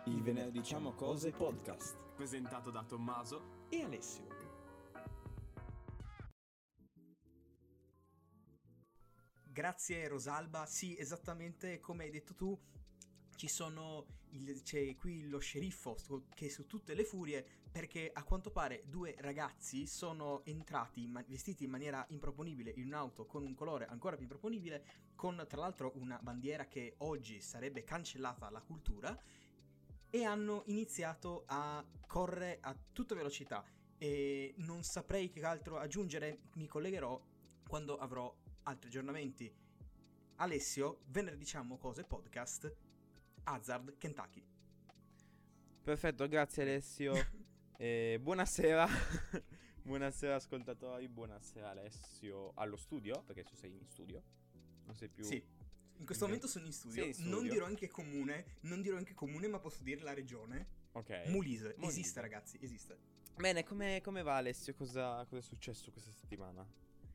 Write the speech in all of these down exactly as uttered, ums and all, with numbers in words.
Il venerdì diciamo cose podcast, presentato da Tommaso e Alessio. Grazie Rosalba, sì, esattamente come hai detto tu, ci sono il, c'è qui lo sceriffo che è su tutte le furie perché a quanto pare due ragazzi sono entrati in ma- vestiti in maniera improponibile in un'auto con un colore ancora più improponibile, con tra l'altro una bandiera che oggi sarebbe cancellata alla cultura, e hanno iniziato a correre a tutta velocità e non saprei che altro aggiungere, mi collegherò quando avrò altri aggiornamenti. Alessio, venerdì diciamo cose podcast, Hazard, Kentucky. Perfetto, grazie Alessio. eh, buonasera. Buonasera ascoltatori, buonasera Alessio allo studio, perché tu sei in studio. Non sei più... Sì, in questo momento sono in studio. Sei in studio. Non dirò in che comune, non dirò in che comune, ma posso dire la regione. Ok. Molise, Molise. esiste ragazzi, esiste. Bene, come, come va Alessio? Cosa, cosa è successo questa settimana?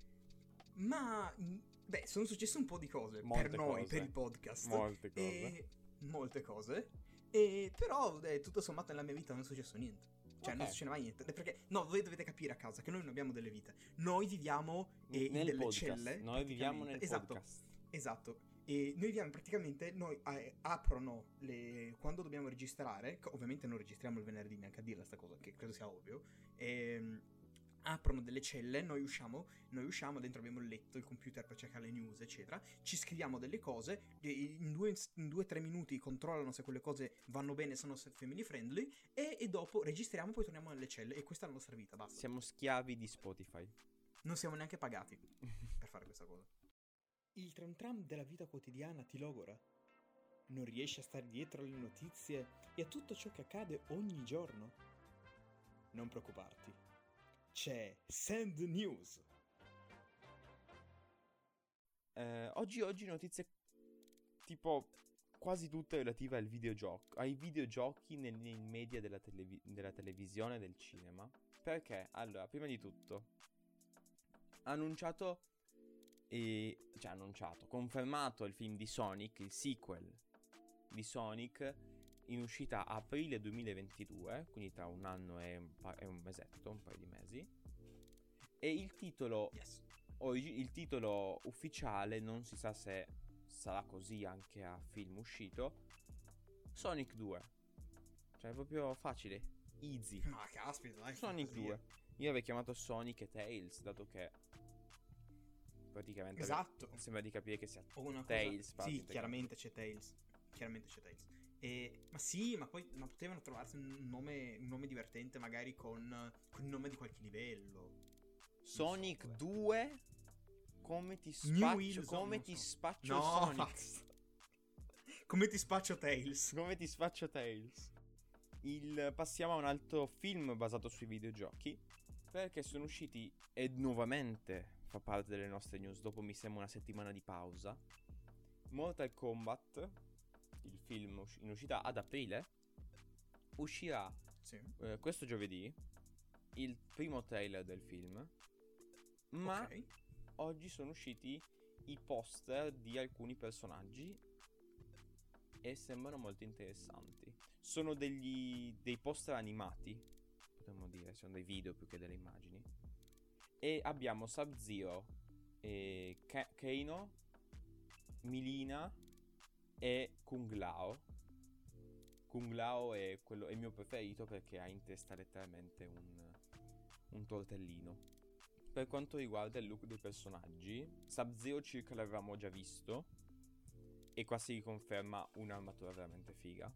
Ma, beh, sono successe un po' di cose Molte per noi, cose. per il podcast. Molte cose. E... molte cose. E però, eh, tutto sommato nella mia vita non è successo niente. Cioè, Ok. non succede mai niente. Perché, no, voi dovete capire a casa che noi non abbiamo delle vite. Noi viviamo eh, in nel delle podcast. celle. Noi viviamo nel esatto, podcast. Esatto. E noi viviamo praticamente, noi eh, aprono le... quando dobbiamo registrare, che ovviamente non registriamo il venerdì, neanche a dirla sta cosa, che credo sia ovvio, ehm, aprono delle celle, noi usciamo, noi usciamo, dentro abbiamo il letto, il computer per cercare le news, eccetera, ci scriviamo delle cose, in due, in due tre minuti controllano se quelle cose vanno bene, sono family friendly, e, e dopo registriamo, poi torniamo nelle celle, e questa è la nostra vita, basta. Siamo schiavi di Spotify. Non siamo neanche pagati per fare questa cosa. Il tram tram della vita quotidiana ti logora? Non riesci a stare dietro alle notizie e a tutto ciò che accade ogni giorno? Non preoccuparti. C'è Sand News. Eh, oggi, oggi notizie tipo quasi tutte relative al videogioco, ai videogiochi nei, nei media della, televi- della televisione e del cinema. Perché? Allora, prima di tutto, ha annunciato, e, cioè annunciato, confermato il film di Sonic, il sequel di Sonic, in uscita a aprile duemilaventidue, quindi tra un anno e un, pa- e un mesetto, un paio di mesi. E il titolo, Yes. origi- il titolo ufficiale, non si sa se sarà così anche a film uscito, Sonic due. Cioè è proprio facile, easy. Ma caspita, dai. Sonic fantasia. due. Io avrei chiamato Sonic e Tails, dato che praticamente Esatto. sembra di capire che sia O una cosa... Tails. parte Sì, integrante. chiaramente c'è Tails. Chiaramente c'è Tails. E... Ma sì, ma poi ma potevano trovarsi un nome, un nome divertente, magari con, con il nome di qualche livello. Sonic vabbè. due. Come ti New spaccio, Hill, come non ti so. spaccio No, Sonic. basta. Come ti spaccio Tails? Come ti spaccio Tails. Il, passiamo a un altro film basato sui videogiochi, perché sono usciti, e nuovamente fa parte delle nostre news dopo mi sembra una settimana di pausa, Mortal Kombat, il film usci- in uscita ad aprile, uscirà Sì. eh, questo giovedì il primo trailer del film, ma Ok. oggi sono usciti i poster di alcuni personaggi e sembrano molto interessanti. Sono degli dei poster animati, potremmo dire, sono dei video più che delle immagini. E abbiamo Sub-Zero, e Ka- Kano, Milina e Kung Lao. Kung Lao è, quello, è il mio preferito perché ha in testa letteralmente un, un tortellino. Per quanto riguarda il look dei personaggi, Sub-Zero circa l'avevamo già visto, e qua si riconferma un'armatura veramente figa.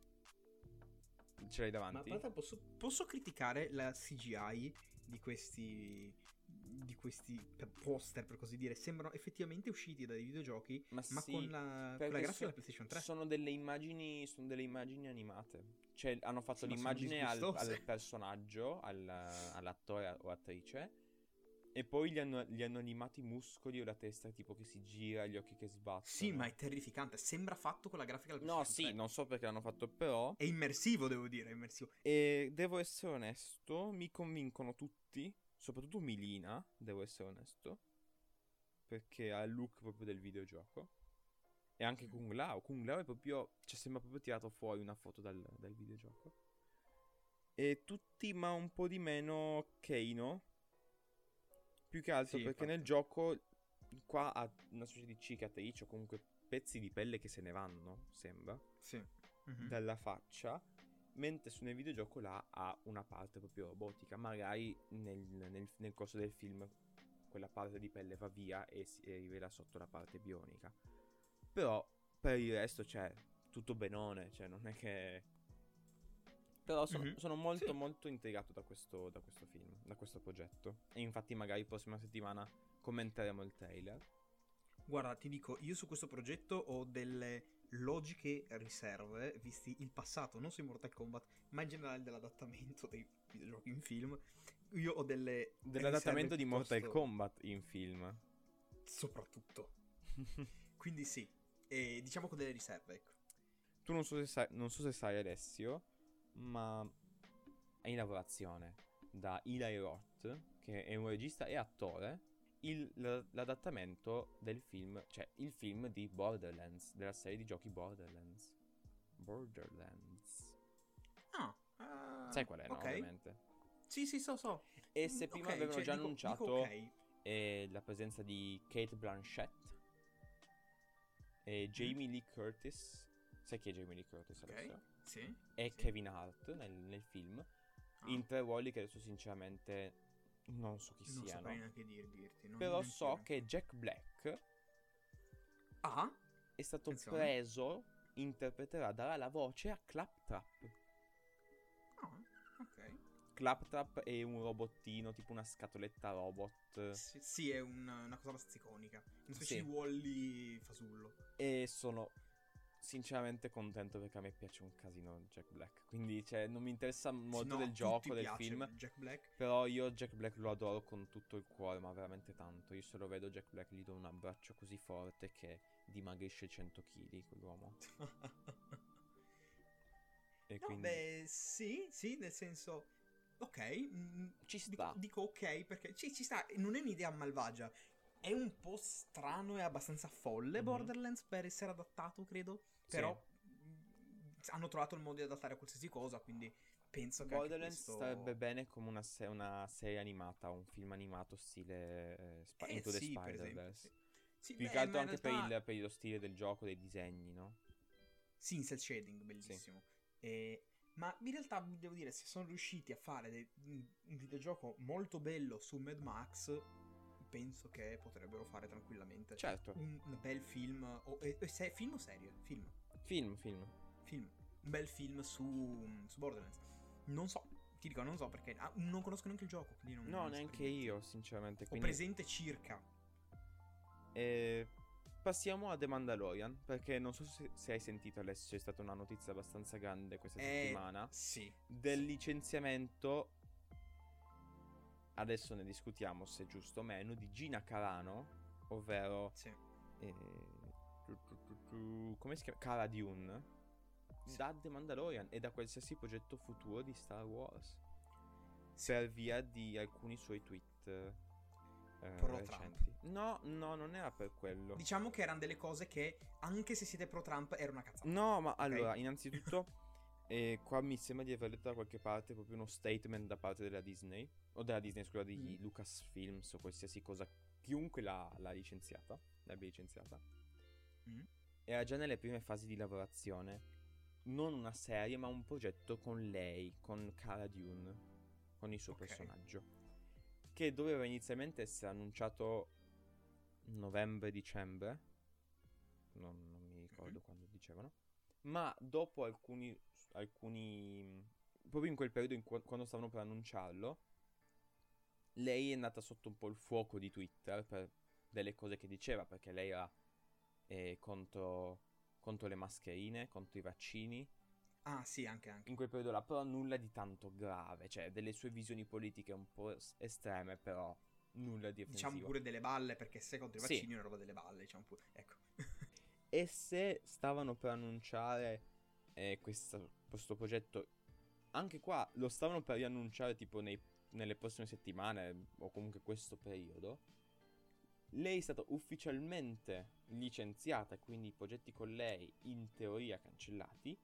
Ce l'hai Ma davanti? guarda, posso, posso criticare la C G I di questi di questi poster, per così dire? Sembrano effettivamente usciti dai videogiochi, Ma, ma sì, con la, con perché la grafica so- della PlayStation tre. sono delle immagini, sono delle immagini animate. Cioè hanno fatto Sì, ma sono l'immagine al, disgustose. al personaggio, al- all'attore o attrice, e poi gli hanno, gli hanno animati i muscoli o la testa tipo che si gira, gli occhi che sbattono. Sì, ma è terrificante. Sembra fatto con la grafica della No, PlayStation sì, tre. non so perché l'hanno fatto però. È immersivo, devo dire, è immersivo. E devo essere onesto, mi convincono tutti, soprattutto Milina, devo essere onesto, perché ha il look proprio del videogioco. E anche Kung Lao. Kung Lao è proprio, cioè sembra proprio tirato fuori una foto dal, dal videogioco. E tutti, ma un po' di meno Keino. Più che altro Sì, perché infatti. nel gioco qua ha una specie di cicatrice o comunque pezzi di pelle che se ne vanno, sembra, Sì. Mhm. dalla faccia. Mentre su nel videogioco là ha una parte proprio robotica. Magari nel, nel- nel corso del film quella parte di pelle va via e si e rivela sotto la parte bionica. Però per il resto c'è tutto benone, cioè non è che... Però sono, Mhm. sono molto Sì. molto intrigato da questo, da questo film, da questo progetto. E infatti magari prossima settimana commenteremo il trailer. Guarda, ti dico, io su questo progetto ho delle logiche riserve, visti il passato, non su Mortal Kombat, ma in generale dell'adattamento dei videogiochi in film. Io ho delle Dell'adattamento riserve di Mortal piuttosto- Kombat in film. soprattutto. Quindi sì, e diciamo con delle riserve, ecco. Tu non so se sai, non so se sai Alessio, ma è in lavorazione da Eli Roth, che è un regista e attore, il- l- l'adattamento del film, cioè il film di Borderlands, della serie di giochi Borderlands. Borderlands. Ah, ah, Sai qual è, no? ok. Ovviamente. Sì, sì, so, so. E se Mm, prima ok, avevano cioè, già dico- annunciato dico ok. eh, la presenza di Kate Blanchett e Jamie Lee Curtis. Sai chi è Jamie Lee Curtis Ok, adesso? sì. E sì. Kevin Hart nel, nel film. Ah, In tre ruoli che adesso sinceramente non so chi non siano. saprei neanche dir- dirti. non- Però neanch'io, so neanch'io. che Jack Black Ah, è stato Attenzione. preso, interpreterà, darà la voce a Claptrap. ah, ok. Claptrap è un robottino, tipo una scatoletta robot. Sì, sì, è un- una cosa abbastanza iconica. Una specie Sì. di Wall-E fasullo. E sono sinceramente contento perché a me piace un casino Jack Black. Quindi, cioè, non mi interessa molto Sì, no, del tutti gioco, del piace film. Jack Black. Però io Jack Black lo adoro con tutto il cuore, ma veramente tanto. Io se lo vedo Jack Black gli do un abbraccio così forte che dimagrisce cento chili quell'uomo. E No, quindi beh, sì, sì, nel senso... Ok, mm, ci dico, sta. dico ok perché ci, ci sta, non è un'idea malvagia. È un po' strano e abbastanza folle Mhm. Borderlands per essere adattato, credo. Sì. Però mm, hanno trovato il modo di adattare a qualsiasi cosa, quindi penso che anche Borderlands questo... starebbe bene come una, se- una serie animata, un film animato stile eh, Sp- Eh, Into the sì, per esempio, Spider-Verse. sì. Sì, Più beh, che altro ma in anche realtà... per, il, per lo stile del gioco, dei disegni, no? Sì, in cel shading, bellissimo. E- ma in realtà devo dire, se sono riusciti a fare dei- un un videogioco molto bello su Mad Max, penso che potrebbero fare tranquillamente Certo. un, un bel film. O, e- e se- film o serie? Film. Film, film. Film. Un bel film su, su Borderlands. Non so, ti dico, non so perché ah, non conosco neanche il gioco, quindi non No, non neanche saprei dirti. io, sinceramente. Ho Quindi presente circa. eh, passiamo a The Mandalorian, perché non so se, se hai sentito Alessio, c'è stata una notizia abbastanza grande questa Eh, settimana Sì. del sì. licenziamento, adesso ne discutiamo se è giusto o meno, di Gina Carano, ovvero Sì. eh, tu- tu- tu- tu- come si chiama? Cara Dune, Sì. da The Mandalorian e da qualsiasi progetto futuro di Star Wars, Sì. per via di alcuni suoi tweet eh, Pro recenti. No, no, non era per quello. Diciamo che erano delle cose che, anche se siete pro Trump, era una cazzata. No, ma allora, innanzitutto, eh, qua mi sembra di aver letto da qualche parte proprio uno statement da parte della Disney, o della Disney, scusa, di Mm. Lucasfilms o qualsiasi cosa, chiunque l'ha, l'ha licenziata, l'abbia licenziata. Mm. Era già nelle prime fasi di lavorazione, non una serie, ma un progetto con lei, con Cara Dune, con il suo Ok. personaggio, che doveva inizialmente essere annunciato novembre-dicembre, non, non mi ricordo Mhm. quando dicevano, ma dopo alcuni, alcuni, proprio in quel periodo in cui- quando stavano per annunciarlo, lei è andata sotto un po' il fuoco di Twitter per delle cose che diceva, perché lei era eh, contro, contro le mascherine, contro i vaccini, Ah, sì, anche, anche. in quel periodo là, però nulla di tanto grave, cioè delle sue visioni politiche un po' es- estreme, però nulla di offensivo. Diciamo pure delle balle, perché se contro i Sì. vaccini è una roba delle balle, diciamo pure. Ecco. E se stavano per annunciare eh, questo, questo progetto, anche qua lo stavano per riannunciare tipo nei- nelle prossime settimane o comunque questo periodo, lei è stata ufficialmente licenziata, quindi i progetti con lei in teoria cancellati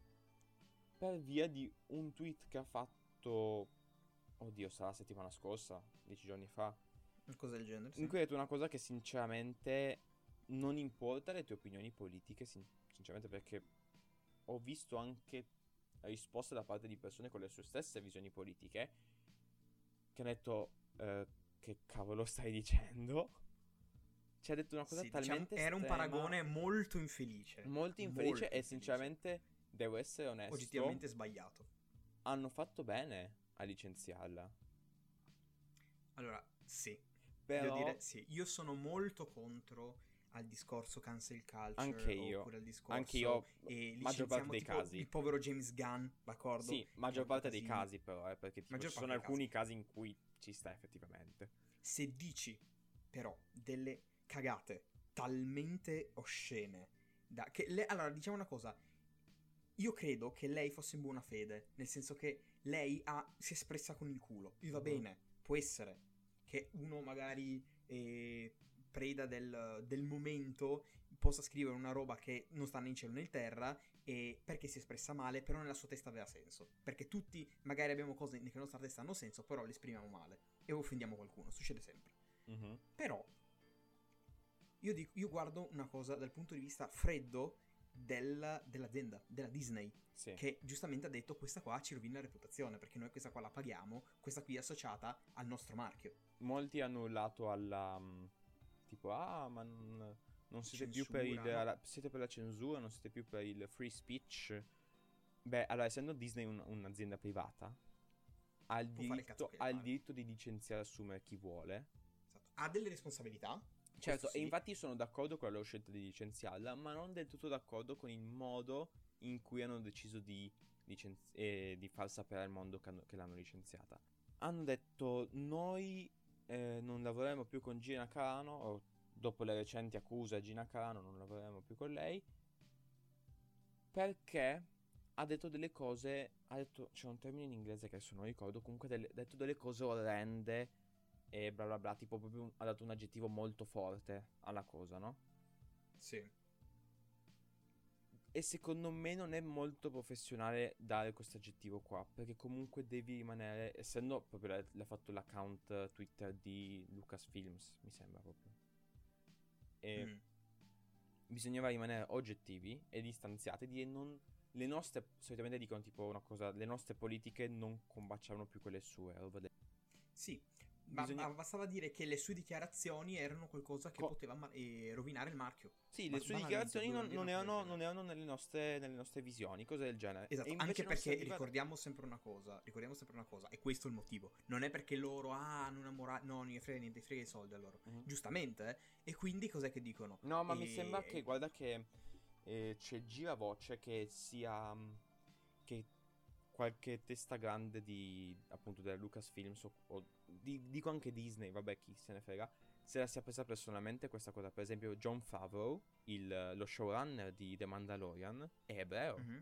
per via di un tweet che ha fatto, oddio, sarà la settimana scorsa, dieci giorni fa, Una cosa del genere, sì. in cui ha detto una cosa che sinceramente non importa le tue opinioni politiche, sin- sinceramente, perché ho visto anche risposte da parte di persone con le sue stesse visioni politiche che hanno detto eh, che cavolo stai dicendo? Ci ha detto una cosa Sì, diciamo, talmente era un estrema, paragone molto infelice. molto infelice Molto e infelice. sinceramente devo essere onesto, Oggettivamente sbagliato. hanno fatto bene a licenziarla. Allora, sì. Però Devo dire, sì. Io sono molto contro al discorso cancel culture. Anche io. Oppure al discorso... Anche io, e maggior parte licenziamo dei tipo casi. il povero James Gunn, d'accordo? Sì, maggior Molti parte dei casini. casi però, eh, perché tipo, Maggior ci parte sono dei alcuni casi in cui ci sta effettivamente. Se dici, però, delle cagate talmente oscene da... Che le... Allora, diciamo una cosa. Io credo che lei fosse in buona fede, nel senso che lei ha, si è espressa con il culo. E va Mhm. bene, può essere che uno magari eh, preda del, del momento possa scrivere una roba che non sta né in cielo né in terra e perché si è espressa male, però nella sua testa aveva senso. Perché tutti magari abbiamo cose che nella nostra testa hanno senso, però le esprimiamo male e offendiamo qualcuno, succede sempre. Mhm. Però io, dico, io guardo una cosa dal punto di vista freddo del- dell'azienda, della Disney, Sì. che giustamente ha detto questa qua ci rovina la reputazione perché noi questa qua la paghiamo, questa qui è associata al nostro marchio. Molti hanno urlato alla mm, tipo ah ma non, non siete più per il Censura, no. la- siete per la censura, non siete più per il free speech. Beh, allora essendo Disney un- un'azienda privata ha il Può fare il cazzo diritto, che gli ha il pare. diritto di licenziare e assumere chi vuole. Esatto. Ha delle responsabilità. Certo, questo e sì. infatti sono d'accordo con la loro scelta di licenziarla, ma non del tutto d'accordo con il modo in cui hanno deciso di, licenzi- eh, di far sapere al mondo che, hanno- che l'hanno licenziata. Hanno detto noi eh, non lavoreremo più con Gina Carano, o dopo le recenti accuse a Gina Carano non lavoreremo più con lei, perché ha detto delle cose, ha detto, c'è un termine in inglese che adesso non ricordo, comunque delle- ha detto delle cose orrende e bla bla bla, tipo proprio un- ha dato un aggettivo molto forte alla cosa, no? Sì. E secondo me non è molto professionale dare questo aggettivo qua, perché comunque devi rimanere, essendo proprio l'ha, l'ha fatto l'account eh, Twitter di Lucasfilms, mi sembra proprio. E Mm. bisognava rimanere oggettivi e distanziati, e dire non... Le nostre, solitamente dicono tipo una cosa, le nostre politiche non combaciavano più quelle sue, roba del- Sì. Ma, Bisogna- ma bastava dire che le sue dichiarazioni erano qualcosa che Co- poteva ma- eh, rovinare il marchio. Sì, Ma- le sue banalmente, dichiarazioni non, volevano dire non una cosa del erano, genere. non erano nelle nostre, nelle nostre visioni, cose del genere. Esatto, E invece anche non perché serviva- ricordiamo sempre una cosa, ricordiamo sempre una cosa, e questo è il motivo. Non è perché loro, ah, hanno una morale, no, non gli frega niente, frega i soldi a loro. Mhm. Giustamente, eh? E quindi cos'è che dicono? No, ma mi E- sembra che, guarda che eh, c'è giravoce che sia, mm, che qualche testa grande di, appunto, della Lucasfilms o, o di- dico anche Disney, vabbè, chi se ne frega, se la sia presa personalmente questa cosa. Per esempio Jon Favreau, il- lo showrunner di The Mandalorian, è ebreo. Mhm.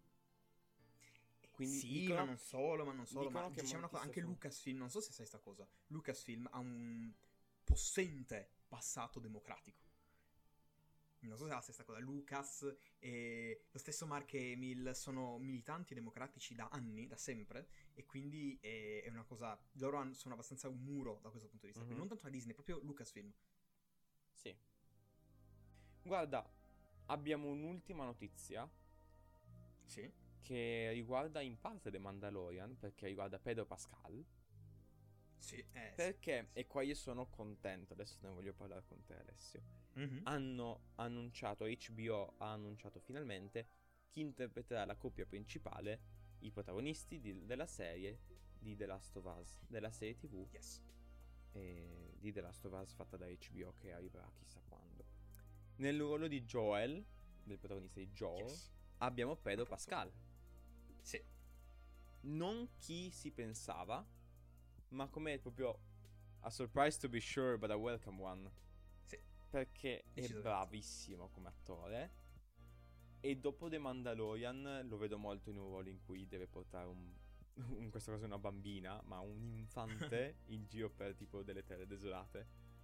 Quindi sì, dicono- ma non solo, ma non solo, dicono ma che diciamo una molti cosa, anche sono- Lucasfilm, non so se sai sta cosa, Lucasfilm ha un possente passato democratico. Non so se è la stessa cosa, Lucas e lo stesso Mark Hamill sono militanti democratici da anni, da sempre, e quindi è, è una cosa, loro hanno- sono abbastanza un muro da questo punto di vista, Mhm. non tanto la Disney, proprio Lucasfilm. Sì. Guarda, abbiamo un'ultima notizia Sì. che riguarda in parte The Mandalorian, perché riguarda Pedro Pascal. Sì, eh, Perché, sì. e qua io sono contento, adesso ne voglio parlare con te, Alessio. Mhm. Hanno annunciato, H B O ha annunciato finalmente chi interpreterà la coppia principale, i protagonisti di- della serie di The Last of Us, della serie tivù Yes. eh, di The Last of Us fatta da H B O che arriverà chissà quando. Nel ruolo di Joel, del protagonista di Joel, Yes. abbiamo Pedro Appunto. Pascal. Sì. Non chi si pensava, ma come proprio a surprise to be sure, but a welcome one. Sì. Perché è Decisamente. bravissimo come attore. E dopo The Mandalorian lo vedo molto in un ruolo in cui deve portare un, in questo caso una bambina, ma un infante in giro per tipo delle terre desolate.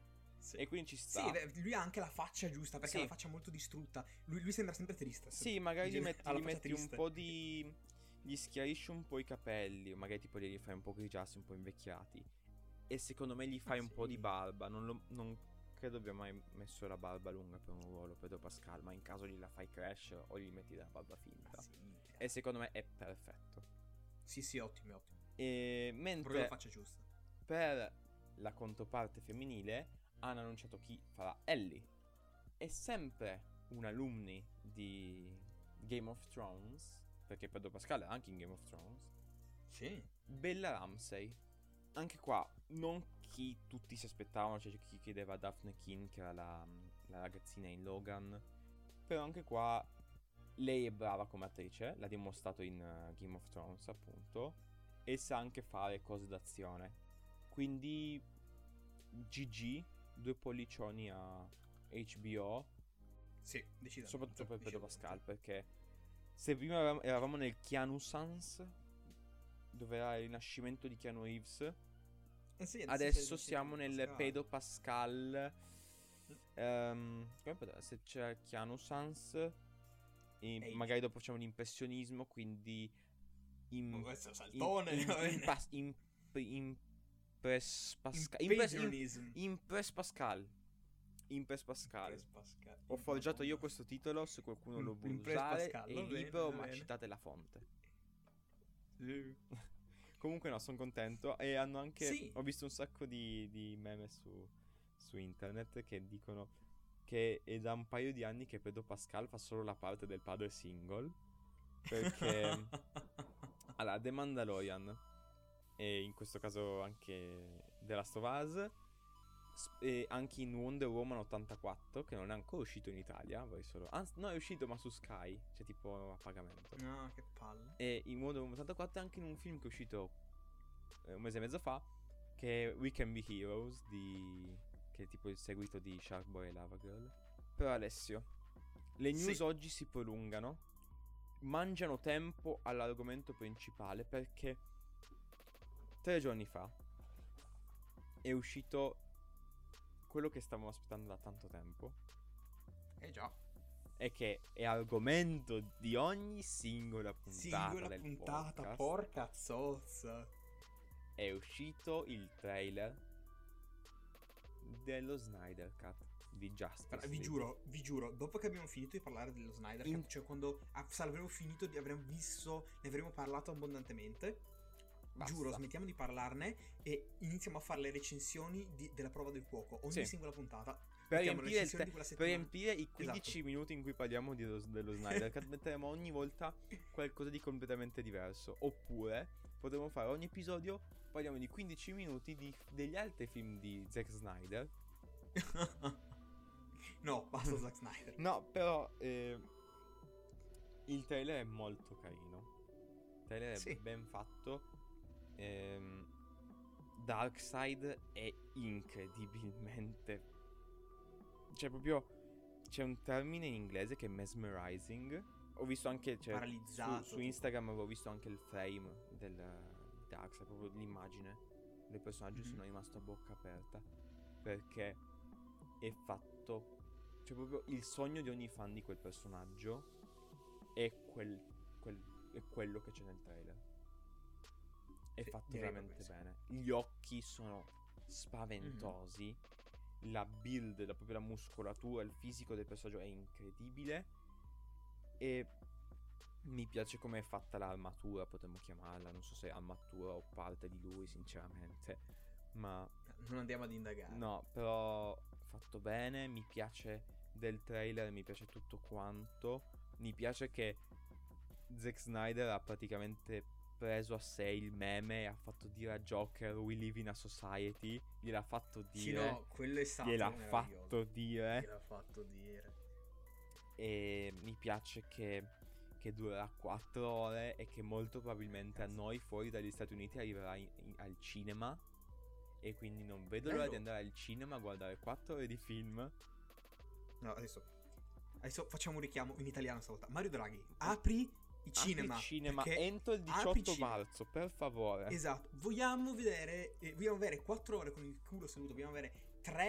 Sì. E quindi ci sta. Sì, beh, lui ha anche la faccia giusta, perché Sì. ha la faccia molto distrutta. Lui, lui sembra sempre triste. Sì, magari gli Gli metti, ha la gli faccia metti un triste. po' di... Gli schiarisci un po' i capelli, o magari tipo li fai un po' grigiassi, un po' invecchiati. E secondo me gli fai Ah, un po' sì. di barba. Non, lo- non credo abbia mai messo la barba lunga per un ruolo Pedro Pascal, ma in caso gliela fai crash o gli metti della barba finta. Ah, sì, E secondo me è perfetto. sì, sì, ottimo, ottimo. E Proprio mentre la faccia giusta. per la controparte femminile hanno annunciato chi farà Ellie. È sempre un alumni di Game of Thrones, perché Pedro Pascal è anche in Game of Thrones. Sì. Bella Ramsey. Anche qua, non chi tutti si aspettavano, cioè chi chiedeva a Daphne Keane, che era la, la ragazzina in Logan. Però anche qua lei è brava come attrice, l'ha dimostrato in uh, Game of Thrones, appunto, e sa anche fare cose d'azione. Quindi G G, due pollicioni a H B O, Sì, decisamente. soprattutto per Pedro decisamente. Pascal, perché se prima eravamo, eravamo nel Keanu Sans, dove era il rinascimento di Keanu Reeves, Eh sì, adesso c'è- c'è siamo nel Pascal. Pedro Pascal. ehm, come potrebbe- se c'è Keanu Sans, e Ehi. magari dopo facciamo l'impressionismo, quindi in, Oh, questo è un saltone. in- va bene. in- pas- in- impress Pascal impress, im- Impressionism. impress Pascal Impress Pascal. Impress Pascal. Ho forgiato io questo titolo, se qualcuno lo vuole Impress usare Pascal, è va bene, libero, va ma bene. citate la fonte. Sì. Comunque no, sono contento. E hanno anche... Sì. Ho visto un sacco di, di meme su, su internet che dicono che è da un paio di anni che Pedro Pascal fa solo la parte del padre single. Perché... allora, The Mandalorian, e in questo caso anche The Last of Us, s- e anche in Wonder Woman ottantaquattro, che non è ancora uscito in Italia, vorrei solo... Anzi, no, è uscito ma su Sky, cioè tipo a pagamento. No, che palle. E in Wonder Woman ottantaquattro è anche in un film che è uscito eh, un mese e mezzo fa, che è We Can Be Heroes, di... che è tipo il seguito di Sharkboy e Lava Girl. Però Alessio, le news Sì. oggi si prolungano, mangiano tempo all'argomento principale, perché tre giorni fa è uscito quello che stavamo aspettando da tanto tempo, Eh già. e che è argomento di ogni singola puntata Singola del puntata, podcast. porca zozza. È uscito il trailer dello Snyder Cut di Justice Però, vi League. giuro, vi giuro, dopo che abbiamo finito di parlare dello Snyder In- Cut, cioè quando ah, se avremo finito, di, avremo visto, ne avremo parlato abbondantemente, Basta. giuro, smettiamo di parlarne e iniziamo a fare le recensioni di- della prova del fuoco, ogni Sì. singola puntata. Per Mettiamo le riempire, il recensioni te- di quella per settimana. riempire i quindici Esatto. minuti in cui parliamo di- dello Snyder Cut, metteremo ogni volta qualcosa di completamente diverso. Oppure potremmo fare ogni episodio, parliamo di quindici minuti di, degli altri film di Zack Snyder. No, basta Zack Snyder. No, però eh, il trailer è molto carino. Il trailer è Sì. ben fatto. Ehm, Darkseid è incredibilmente... Cioè proprio... C'è un termine in inglese che è mesmerizing. Ho visto anche... Cioè, Paralizzato, Su, su tipo. Instagram avevo visto anche il frame del di Darkseid, proprio l'immagine del personaggio. Mhm. Sono rimasto a bocca aperta. Perché è fatto... Cioè proprio il sogno di ogni fan di quel personaggio è, quel, quel- è quello che c'è nel trailer. È Sì, fatto direi veramente proprio bene. Gli occhi sono spaventosi. La build, la, proprio la muscolatura, il fisico del personaggio è incredibile. E mi piace come è fatta l'armatura, potremmo chiamarla. Non so se è armatura o parte di lui, sinceramente. Ma Non andiamo ad indagare. no, però fatto bene. Mi piace del trailer, mi piace tutto quanto. Mi piace che Zack Snyder ha praticamente preso a sé il meme e ha fatto dire a Joker "We live in a society". Gliel'ha fatto Sì, dire. no, quello è stato Gliel'ha meraviglioso. fatto dire. Gliel'ha fatto dire. E mi piace che, che durerà quattro ore e che molto probabilmente a noi fuori dagli Stati Uniti arriverà in- in- al cinema. E quindi non vedo l'ora Bello. di andare al cinema a guardare quattro ore di film. No, adesso Adesso facciamo un richiamo in italiano stavolta. Mario Draghi, apri i cinema. Apri cinema perché- entro il apri diciotto cinema. marzo, per favore. Esatto, vogliamo vedere, eh, vogliamo avere quattro ore con il culo seduto, vogliamo avere tre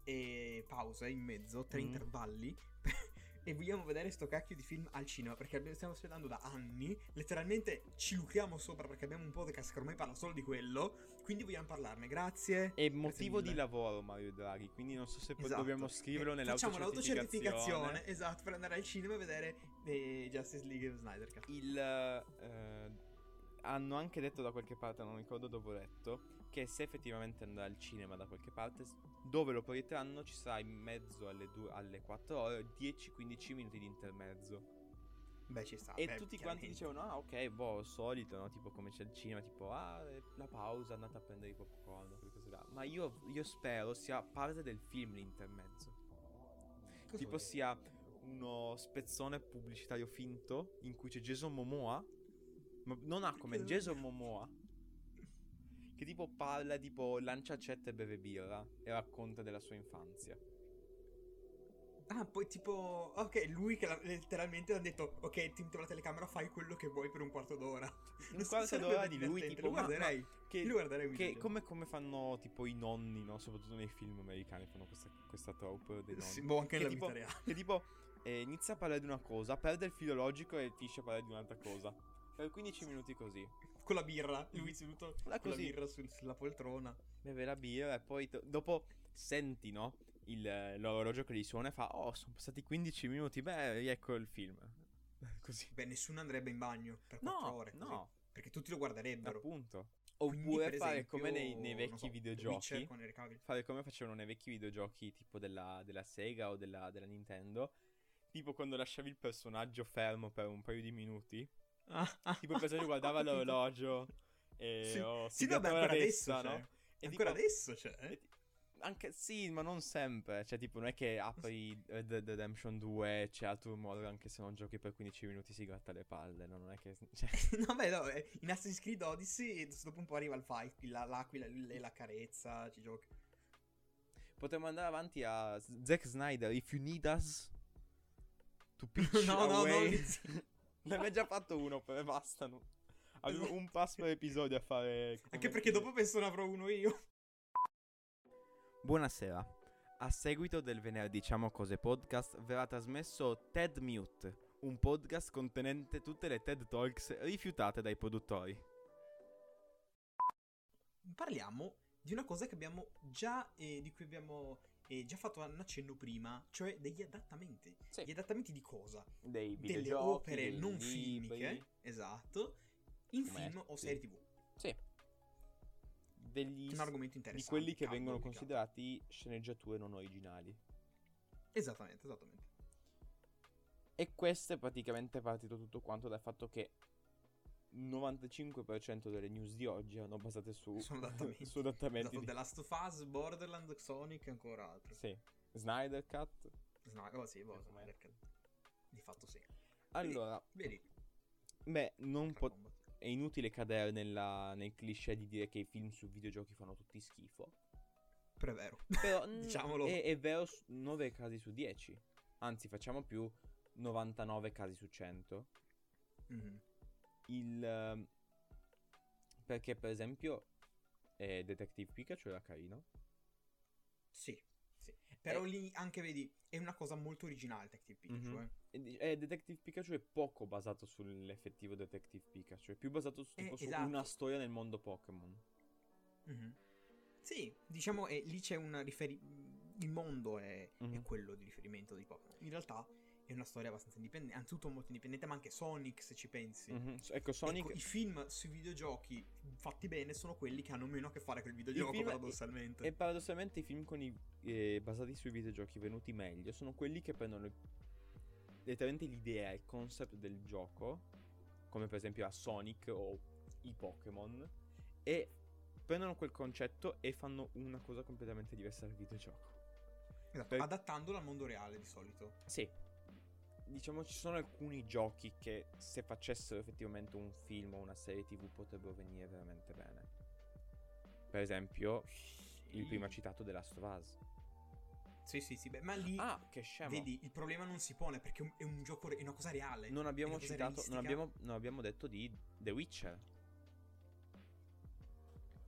e pause in mezzo, tre Mm. intervalli. E vogliamo vedere sto cacchio di film al cinema, perché abbiamo- stiamo aspettando da anni. Letteralmente ci lucriamo sopra perché abbiamo un podcast che ormai parla solo di quello. Quindi vogliamo parlarne. Grazie. È Grazie motivo di mille. lavoro Mario Draghi, quindi non so se poi Esatto. dobbiamo scriverlo Eh, Facciamo nell'autocertificazione. l'autocertificazione, esatto, per andare al cinema e vedere eh, Justice League e Snyder Cut. Il eh, hanno anche detto da qualche parte, non ricordo dove ho letto, che se effettivamente andrà al cinema da qualche parte, s- dove lo proietteranno ci sarà in mezzo alle, due, alle quattro ore dieci quindici minuti di intermezzo. Beh, ci sta. E beh, tutti quanti chiaramente. dicevano, ah ok, boh, solito, no? Tipo come c'è il cinema, tipo, ah, eh, la pausa, andate a prendere i popcorn, quelle cose là. Ma io, io spero sia parte del film l'intermezzo. Cosa Tipo vuol dire? sia uno spezzone pubblicitario finto in cui c'è Jason Momoa, ma non Aquaman, Perché? Jason Momoa, che tipo parla, tipo lancia accetta e beve birra e racconta della sua infanzia. Ah, poi tipo... Ok, lui che la- letteralmente ha detto ok, ti metto la telecamera, fai quello che vuoi per un quarto d'ora. Un quarto d'ora di lui, divertente, tipo, lo ma- guarderei. ma che, Lo guarderei un che video. come, come fanno tipo i nonni, no? Soprattutto nei film americani fanno questa, questa trope dei nonni. Sì, boh, anche che nella tipo, vita reale. che tipo eh, inizia a parlare di una cosa, perde il filo logico e finisce a parlare di un'altra cosa. Per quindici minuti così. Con la birra, lui seduto La con la così. birra sul- sulla poltrona. Beve la birra e poi to- dopo senti, no? Il, l'orologio che gli suona e fa, oh, sono passati quindici minuti, beh, ecco il film. Così. Beh, nessuno andrebbe in bagno per No, quattro ore così, no, perché tutti lo guarderebbero. appunto. Quindi, Oppure per fare esempio, come nei, nei non vecchi so, The videogiochi. Witcher con Henry Cavill. Fare come facevano nei vecchi videogiochi tipo della, della Sega o della, della Nintendo. Tipo quando lasciavi il personaggio fermo per un paio di minuti. Ah, ah, Tipo il personaggio guardava ho capito. l'orologio e Sì, oh, sì, si vabbè, grattava ancora la adesso testa, c'è. no? E Ancora tipo- adesso c'è. e ti- Anche sì, ma non sempre. Cioè, tipo, non è che apri Red Dead Redemption due, c'è Arthur Morgan, anche se non giochi per quindici minuti si gratta le palle. No, non è che. Cioè, No, beh, no, eh, in Assassin's Creed Odyssey dopo un po' arriva il fight, la- l'aquila, e la carezza, ci giochi. potremmo andare avanti a Zack Snyder. If you need us to pitch No, no, away. no. Ne avevo già fatto uno, però basta. no? Avevo un pass per episodio a fare. Anche perché dopo penso ne avrò uno io. Buonasera. A seguito del venerdì Diciamo Cose podcast verrà trasmesso TED Mute, un podcast contenente tutte le TED Talks rifiutate dai produttori. Parliamo di una cosa che abbiamo già, eh, di cui abbiamo eh, già fatto un accenno prima, cioè degli adattamenti. Sì. Gli adattamenti di cosa? Dei Delle videogiochi, opere dei non libri. filmiche, esatto, in Fumetti. film o serie tv. Sì. Degli Che è un argomento di interessante. quelli che caldo, vengono più che altro. considerati sceneggiature non originali. Esattamente, esattamente. E questo è praticamente partito tutto quanto dal fatto che il novantacinque per cento delle news di oggi erano basate su, Sono adattamenti. su adattamenti Esatto, di... The Last of Us, Borderlands, Sonic e ancora altro. Sì. Snyder Cut. No, oh, sì, boh, Ecco, Snyder Cut. Di fatto sì. Allora, Vedi, beh, non Mortal po- Kombat. è inutile cadere nella- nel cliché di dire che i film su videogiochi fanno tutti schifo. Però è vero. Però mm, Diciamolo. È, è vero su nove casi su dieci. Anzi, facciamo più novantanove casi su cento. Mhm. Il ehm, perché per esempio eh, Detective Pikachu era carino. Sì, sì. Però Eh. lì anche vedi, è una cosa molto originale Detective Pikachu, Mhm. eh. E di- eh, Detective Pikachu è poco basato sull'effettivo Detective Pikachu, è più basato su, Eh, tipo, su esatto. una storia nel mondo Pokémon. Mhm. Sì, diciamo, eh, lì c'è un riferimento. Il mondo è, è Mhm. quello di riferimento di Pokémon. In realtà è una storia abbastanza indipendente, anzitutto molto indipendente, ma anche Sonic, se ci pensi. Mhm. S- Ecco, Sonic Ecco, i film sui videogiochi fatti bene sono quelli che hanno meno a che fare con il videogioco, film- paradossalmente. e paradossalmente i film con i, eh, basati sui videogiochi venuti meglio sono quelli che prendono letteralmente l'idea, il concept del gioco, come per esempio a Sonic o i Pokémon, e prendono quel concetto e fanno una cosa completamente diversa dal videogioco. Esatto, per- adattandolo al mondo reale di solito. Sì. Diciamo ci sono alcuni giochi che se facessero effettivamente un film o una serie tv potrebbero venire veramente bene. Per esempio, il prima citato The Last of Us. Sì, sì, sì, beh, ma lì Ah, che scemo. vedi, il problema non si pone perché è un, è un gioco, re- è una cosa reale. Non abbiamo È una cosa citato, non realistica. abbiamo, non abbiamo detto di The Witcher.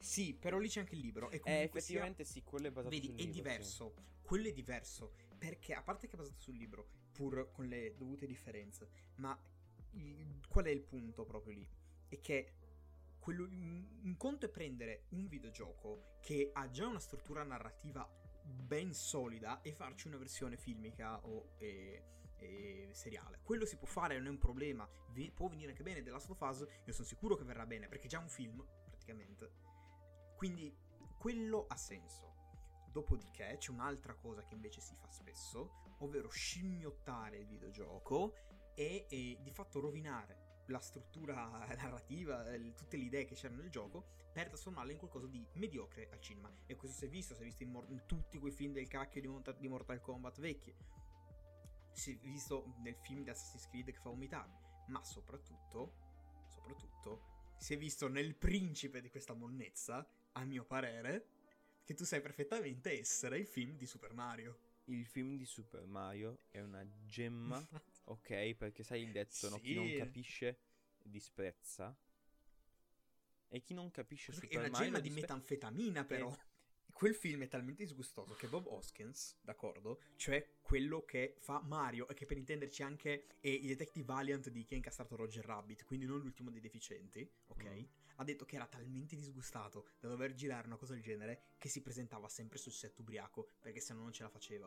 Sì, però lì c'è anche il libro. E Eh, comunque sia- effettivamente sì, quello è basato Vedi, sul è libro, sì. diverso. Quello è diverso. Perché, a parte che è basato sul libro, pur con le dovute differenze, ma il- qual è il punto proprio lì? È che quello- un un conto è prendere un videogioco che ha già una struttura narrativa ben solida e farci una versione filmica o eh, eh, seriale. Quello si può fare, non è un problema. Vi- può venire anche bene. The Last of Us, io sono sicuro che verrà bene, perché è già un film, praticamente. Quindi quello ha senso. Dopodiché c'è un'altra cosa che invece si fa spesso, ovvero scimmiottare il videogioco e, e di fatto rovinare la struttura narrativa, il- tutte le idee che c'erano nel gioco, per trasformarla in qualcosa di mediocre al cinema. E questo si è visto, si è visto in, mor- in tutti quei film del cacchio di, Monta- di Mortal Kombat vecchi. Si è visto nel film di Assassin's Creed che fa vomitare. Ma soprattutto, soprattutto, si è visto nel principe di questa monnezza, a mio parere, che tu sai perfettamente essere il film di Super Mario. Il film di Super Mario è una gemma, ok? Perché sai il detto, no? Chi non Sì. capisce disprezza. E chi non capisce Questo è Super una Mario gemma di dispe- metanfetamina, però. Eh. Quel film è talmente disgustoso che Bob Hoskins, d'accordo? Cioè quello che fa Mario e che per intenderci anche è il Detective Valiant di chi ha incastrato Roger Rabbit, quindi non l'ultimo dei deficienti, ok? Mm. Ha detto che era talmente disgustato da dover girare una cosa del genere che si presentava sempre sul set ubriaco perché se no non ce la faceva.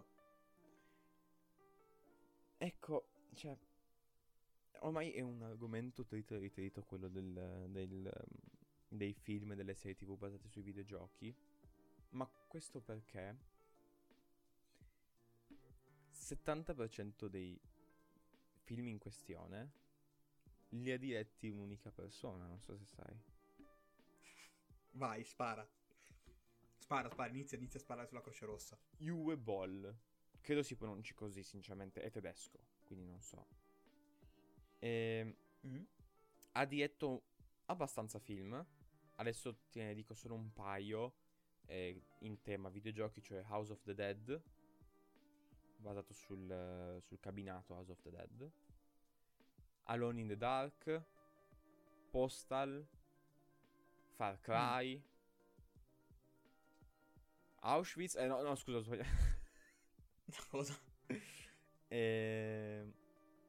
Ecco, cioè, ormai è un argomento trito e ritrito quello del, del, um, dei film e delle serie tv basate sui videogiochi. Ma questo perché settanta per cento dei film in questione li ha diretti un'unica persona, non so se sai. Vai, spara. Spara, spara, inizia, inizia a sparare sulla Croce Rossa. Uwe Boll, credo si pronunci così sinceramente, è tedesco, quindi non so. E Mm? ha diretto abbastanza film, adesso te ne dico solo un paio eh, in tema videogiochi, cioè House of the Dead, basato sul, eh, sul cabinato House of the Dead, Alone in the Dark, Postal, Far Cry, Auschwitz, eh no, no scusa ho sbagliato. Cosa? e...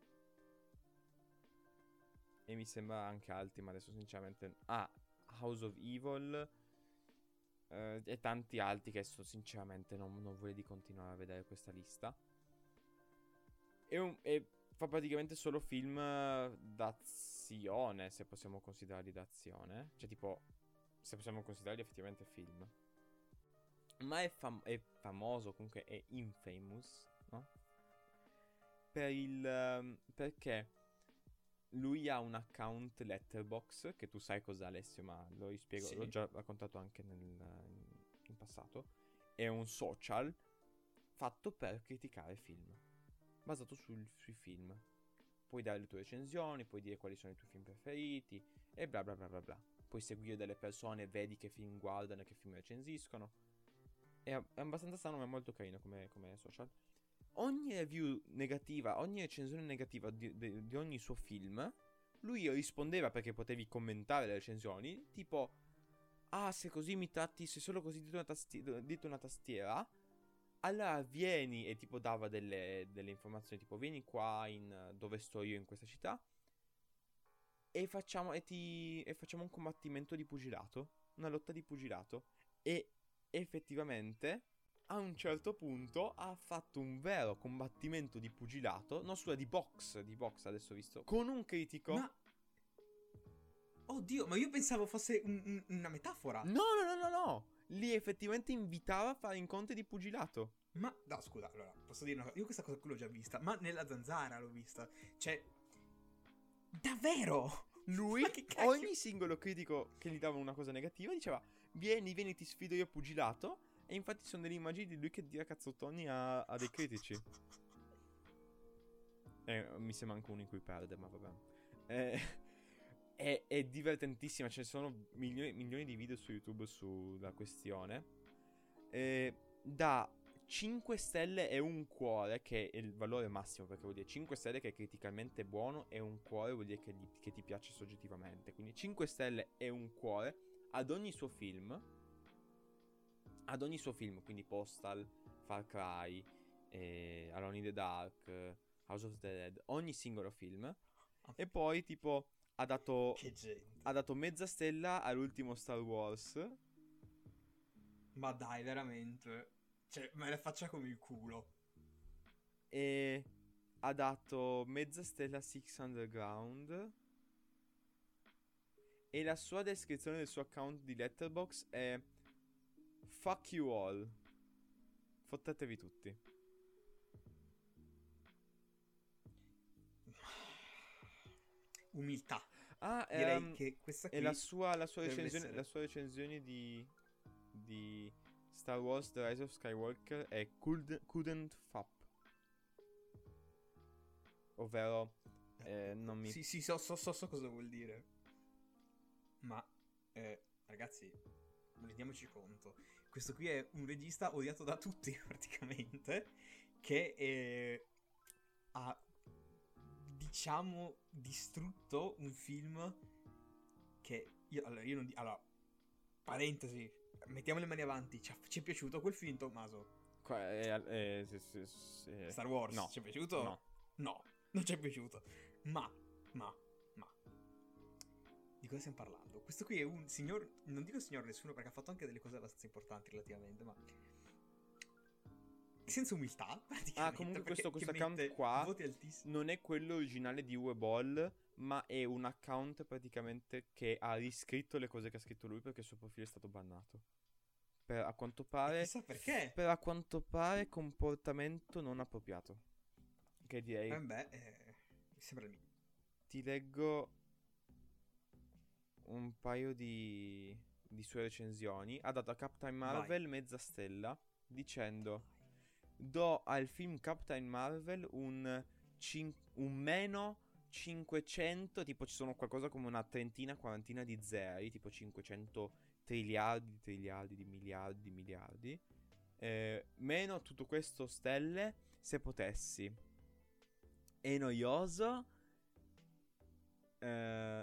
e mi sembra anche altri, ma adesso sinceramente... Ah, House of Evil eh, e tanti altri che adesso sinceramente non, non voglio di continuare a vedere questa lista. E, un, e fa praticamente solo film eh, d'azione, se possiamo considerarli d'azione. Cioè tipo, se possiamo considerarli effettivamente film. Ma è, fam- è famoso, comunque è infamous, no? Per il... ehm, perché lui ha un account Letterboxd, che tu sai cos'è Alessio, ma lo rispiego, Sì. l'ho già raccontato anche nel, in, in passato. È un social fatto per criticare film, basato sul- sui film. Puoi dare le tue recensioni, puoi dire quali sono i tuoi film preferiti e bla bla bla bla bla. Puoi seguire delle persone, vedi che film guardano e che film recensiscono. È, è abbastanza sano, ma è molto carino come, come social. Ogni review negativa, ogni recensione negativa di, di- di ogni suo film, lui rispondeva perché potevi commentare le recensioni, tipo, ah, se così mi tratti, se solo così dito una, tasti- dito una tastiera, allora vieni, e tipo dava delle, delle informazioni, tipo, vieni qua in dove sto io in questa città, e facciamo, e ti, e facciamo un combattimento di pugilato, una lotta di pugilato, e effettivamente a un certo punto ha fatto un vero combattimento di pugilato, no scusa, di box, di box adesso ho visto, con un critico. Ma... Oddio, ma io pensavo fosse un- un- una metafora. No, no, no, no, no, lì effettivamente invitava a fare incontri di pugilato. Ma, no, scusa, allora, posso dire una cosa? Io questa cosa qui l'ho già vista, ma nella zanzara l'ho vista. Cioè, davvero? Lui, Ma che cacchio? ogni singolo critico che gli dava una cosa negativa, diceva, vieni, vieni, ti sfido io a pugilato. E infatti sono delle immagini di lui che dia cazzottoni a, a dei critici. E mi sembra anche uno in cui perde, ma vabbè. Eh, è, è divertentissima, ce ne sono milioni, milioni di video su YouTube sulla questione. Eh, da cinque stelle e un cuore, che è il valore massimo, perché vuol dire cinque stelle che è criticalmente buono, e un cuore vuol dire che, gli, che ti piace soggettivamente. Quindi cinque stelle e un cuore ad ogni suo film, ad ogni suo film, quindi Postal, Far Cry, eh, Alone in the Dark, House of the Dead, ogni singolo film, e poi tipo ha dato, Che gente. ha dato mezza stella all'ultimo Star Wars. Ma dai, veramente. Cioè, me la faccia come il culo. E ha dato mezza stella a Six Underground. E la sua descrizione del suo account di Letterboxd è fuck you all. Fottetevi tutti. Umiltà. Ah, Direi ehm, che questa qui e la sua, la sua dovrebbe recensione, essere- la sua recensione di, di Star Wars The Rise of Skywalker è could, couldn't fap. Ovvero eh, non mi... Sì, sì, so, so, so, so cosa vuol dire. Ma, eh, ragazzi, rendiamoci conto. Questo qui è un regista odiato da tutti, praticamente, che eh, ha, diciamo, distrutto un film che... Io, allora, io non... di- Allora, parentesi, mettiamo le mani avanti. Ci, ci è piaciuto quel film, Tommaso? Qua- eh, eh, sì, sì, sì. Star Wars, No. ci è piaciuto? No. No, non ci è piaciuto. Ma, ma, ma. Di cosa stiamo parlando? Questo qui è un signor. Non dico signor nessuno perché ha fatto anche delle cose abbastanza importanti relativamente, ma. Senza umiltà, praticamente. Ah, comunque perché- questo, questo che account mette qua voti altissimi. non è quello originale di Uwe Boll, ma è un account praticamente che ha riscritto le cose che ha scritto lui perché il suo profilo è stato bannato. Per, a quanto pare... Chissà perché. Per a quanto pare comportamento non appropriato. Che direi... Eh beh, eh, mi sembra il mio. Ti leggo un paio di, di sue recensioni. Ha dato a Captain Marvel mezza stella dicendo: do al film Captain Marvel un, cin- un meno cinquecento. Tipo ci sono qualcosa come una trentina, quarantina di zeri. Tipo cinquecento triliardi, triliardi di miliardi di miliardi. Eh, meno tutto questo stelle se potessi. È noioso. Eh,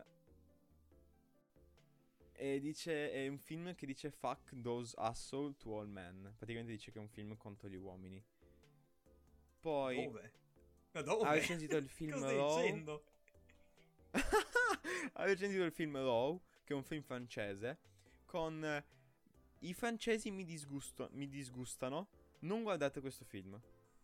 e dice è un film che dice fuck those asshole to all men. Praticamente dice che è un film contro gli uomini. Poi Dove? Ma dove? ha recensito il film Cosa stai Raw. dicendo? Ha recensito il film Raw, che è un film francese, con eh, i francesi mi, disgusto- mi disgustano. Non guardate questo film.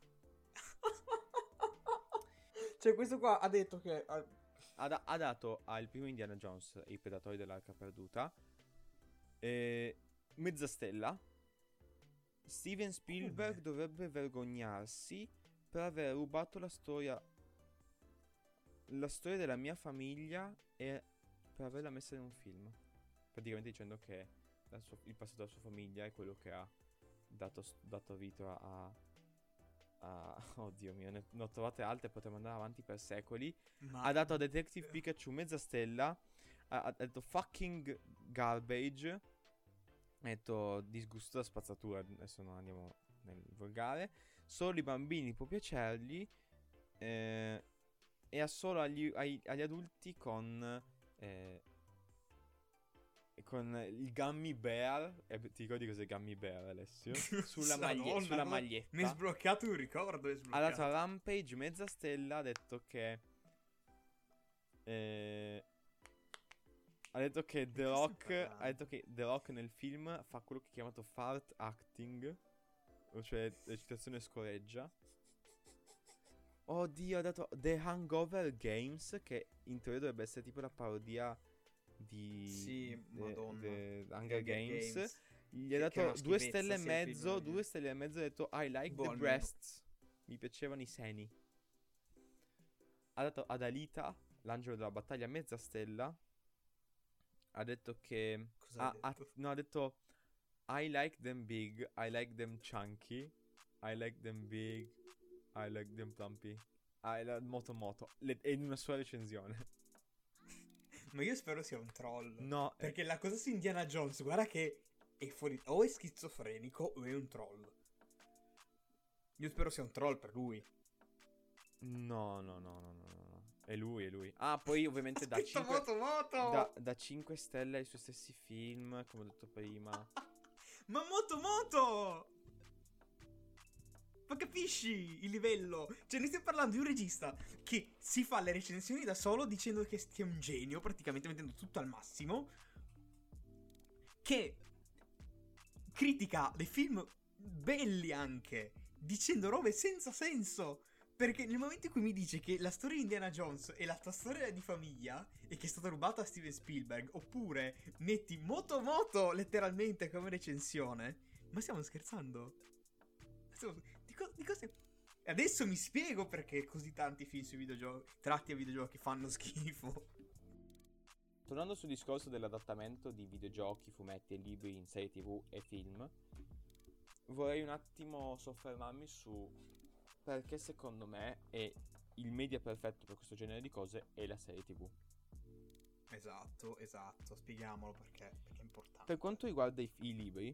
Cioè, questo qua ha detto che. Ha, da- ha dato al primo Indiana Jones, I Predatori dell'Arca Perduta, eh, mezza stella. Steven Spielberg Come? dovrebbe vergognarsi per aver rubato la storia la storia della mia famiglia e per averla messa in un film. Praticamente dicendo che la sua- il passato della sua famiglia è quello che ha dato, dato vita a, a oddio mio, ne, ne ho trovate altre, potremmo andare avanti per secoli. Ma... Ha dato a Detective Pikachu mezza stella. Ha, ha detto fucking garbage. Ha detto disgusto da spazzatura. Adesso non andiamo nel volgare. Solo i bambini può piacergli. Eh, e ha solo agli, ai- agli adulti con eh, con il gummy bear. Eh, ti ricordi cos'è gummy bear, Alessio? Sulla, maglie- Madonna, sulla come- maglietta. Mi hai sbloccato un ricordo, hai Ha sbloccato. dato a Rampage mezza stella. Ha detto che eh, ha detto che The Di che Rock stiamo parlando? ha detto che The Rock nel film fa quello che è chiamato fart acting, cioè recitazione scoreggia. Oddio, ha dato The Hangover Games, che in teoria dovrebbe essere tipo la parodia di Sì, The- madonna. The Hunger Hunger Games. Games. Gli Che- ha che è una dato due schifezza, stelle e sia il film mezzo, che- due stelle e mezzo. Ha detto I like Boh, the almeno. breasts. Mi piacevano i seni. Ha dato ad Alita, l'angelo della battaglia, mezza stella. Ha detto che Cosa ha ha- ha- detto? no, ha detto I like them big, I like them chunky, I like them big, I like them plumpy. Ah, la moto moto. Le- è in una sua recensione. Ma io spero sia un troll. No, eh, Perché la cosa su Indiana Jones, guarda che è fuori. O è schizofrenico o è un troll. Io spero sia un troll per lui. no, no, no, no, no, no, no. È lui, è lui. Ah, poi ovviamente da Aspetta, cinque moto, moto! da, da cinque stelle ai suoi stessi film, come ho detto prima. Ma moto, moto! Ma capisci il livello? Cioè, noi stiamo parlando di un regista che si fa le recensioni da solo dicendo che è un genio, praticamente mettendo tutto al massimo, che critica dei film belli anche, dicendo robe senza senso. Perché nel momento in cui mi dice che la storia di Indiana Jones è la tua storia di famiglia e che è stata rubata a Steven Spielberg, oppure metti Moto Moto letteralmente come recensione, ma stiamo scherzando? Stiamo... Di, co- di cosa... Adesso mi spiego perché così tanti film sui videogiochi, tratti a videogiochi, fanno schifo. Tornando sul discorso dell'adattamento di videogiochi, fumetti e libri in serie tv e film, vorrei un attimo soffermarmi su perché secondo me è il media perfetto per questo genere di cose è la serie tv. Esatto, esatto, spieghiamolo perché, perché è importante. Per quanto riguarda i, i libri,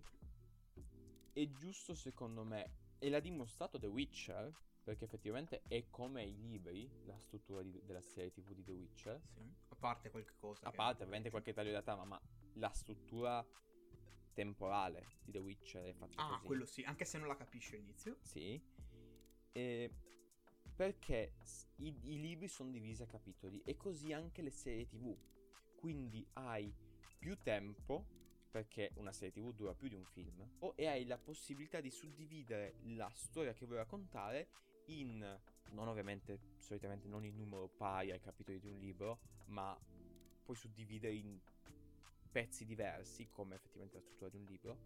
è giusto secondo me, e l'ha dimostrato The Witcher, perché effettivamente è come i libri, la struttura di- della serie tv di The Witcher, Sì, a parte qualche cosa. a che- parte ovviamente qualche taglio da trama, ma la struttura temporale di The Witcher è fatta Ah, così. quello sì, anche se non la capisci all'inizio. Sì. E perché s- i, i libri sono divisi a capitoli e così anche le serie tv. Quindi hai più tempo, perché una serie tv dura più di un film, o, e hai la possibilità di suddividere la storia che vuoi raccontare in, non ovviamente, solitamente non in numero pari ai capitoli di un libro, ma puoi suddividere in pezzi diversi, come effettivamente la struttura di un libro.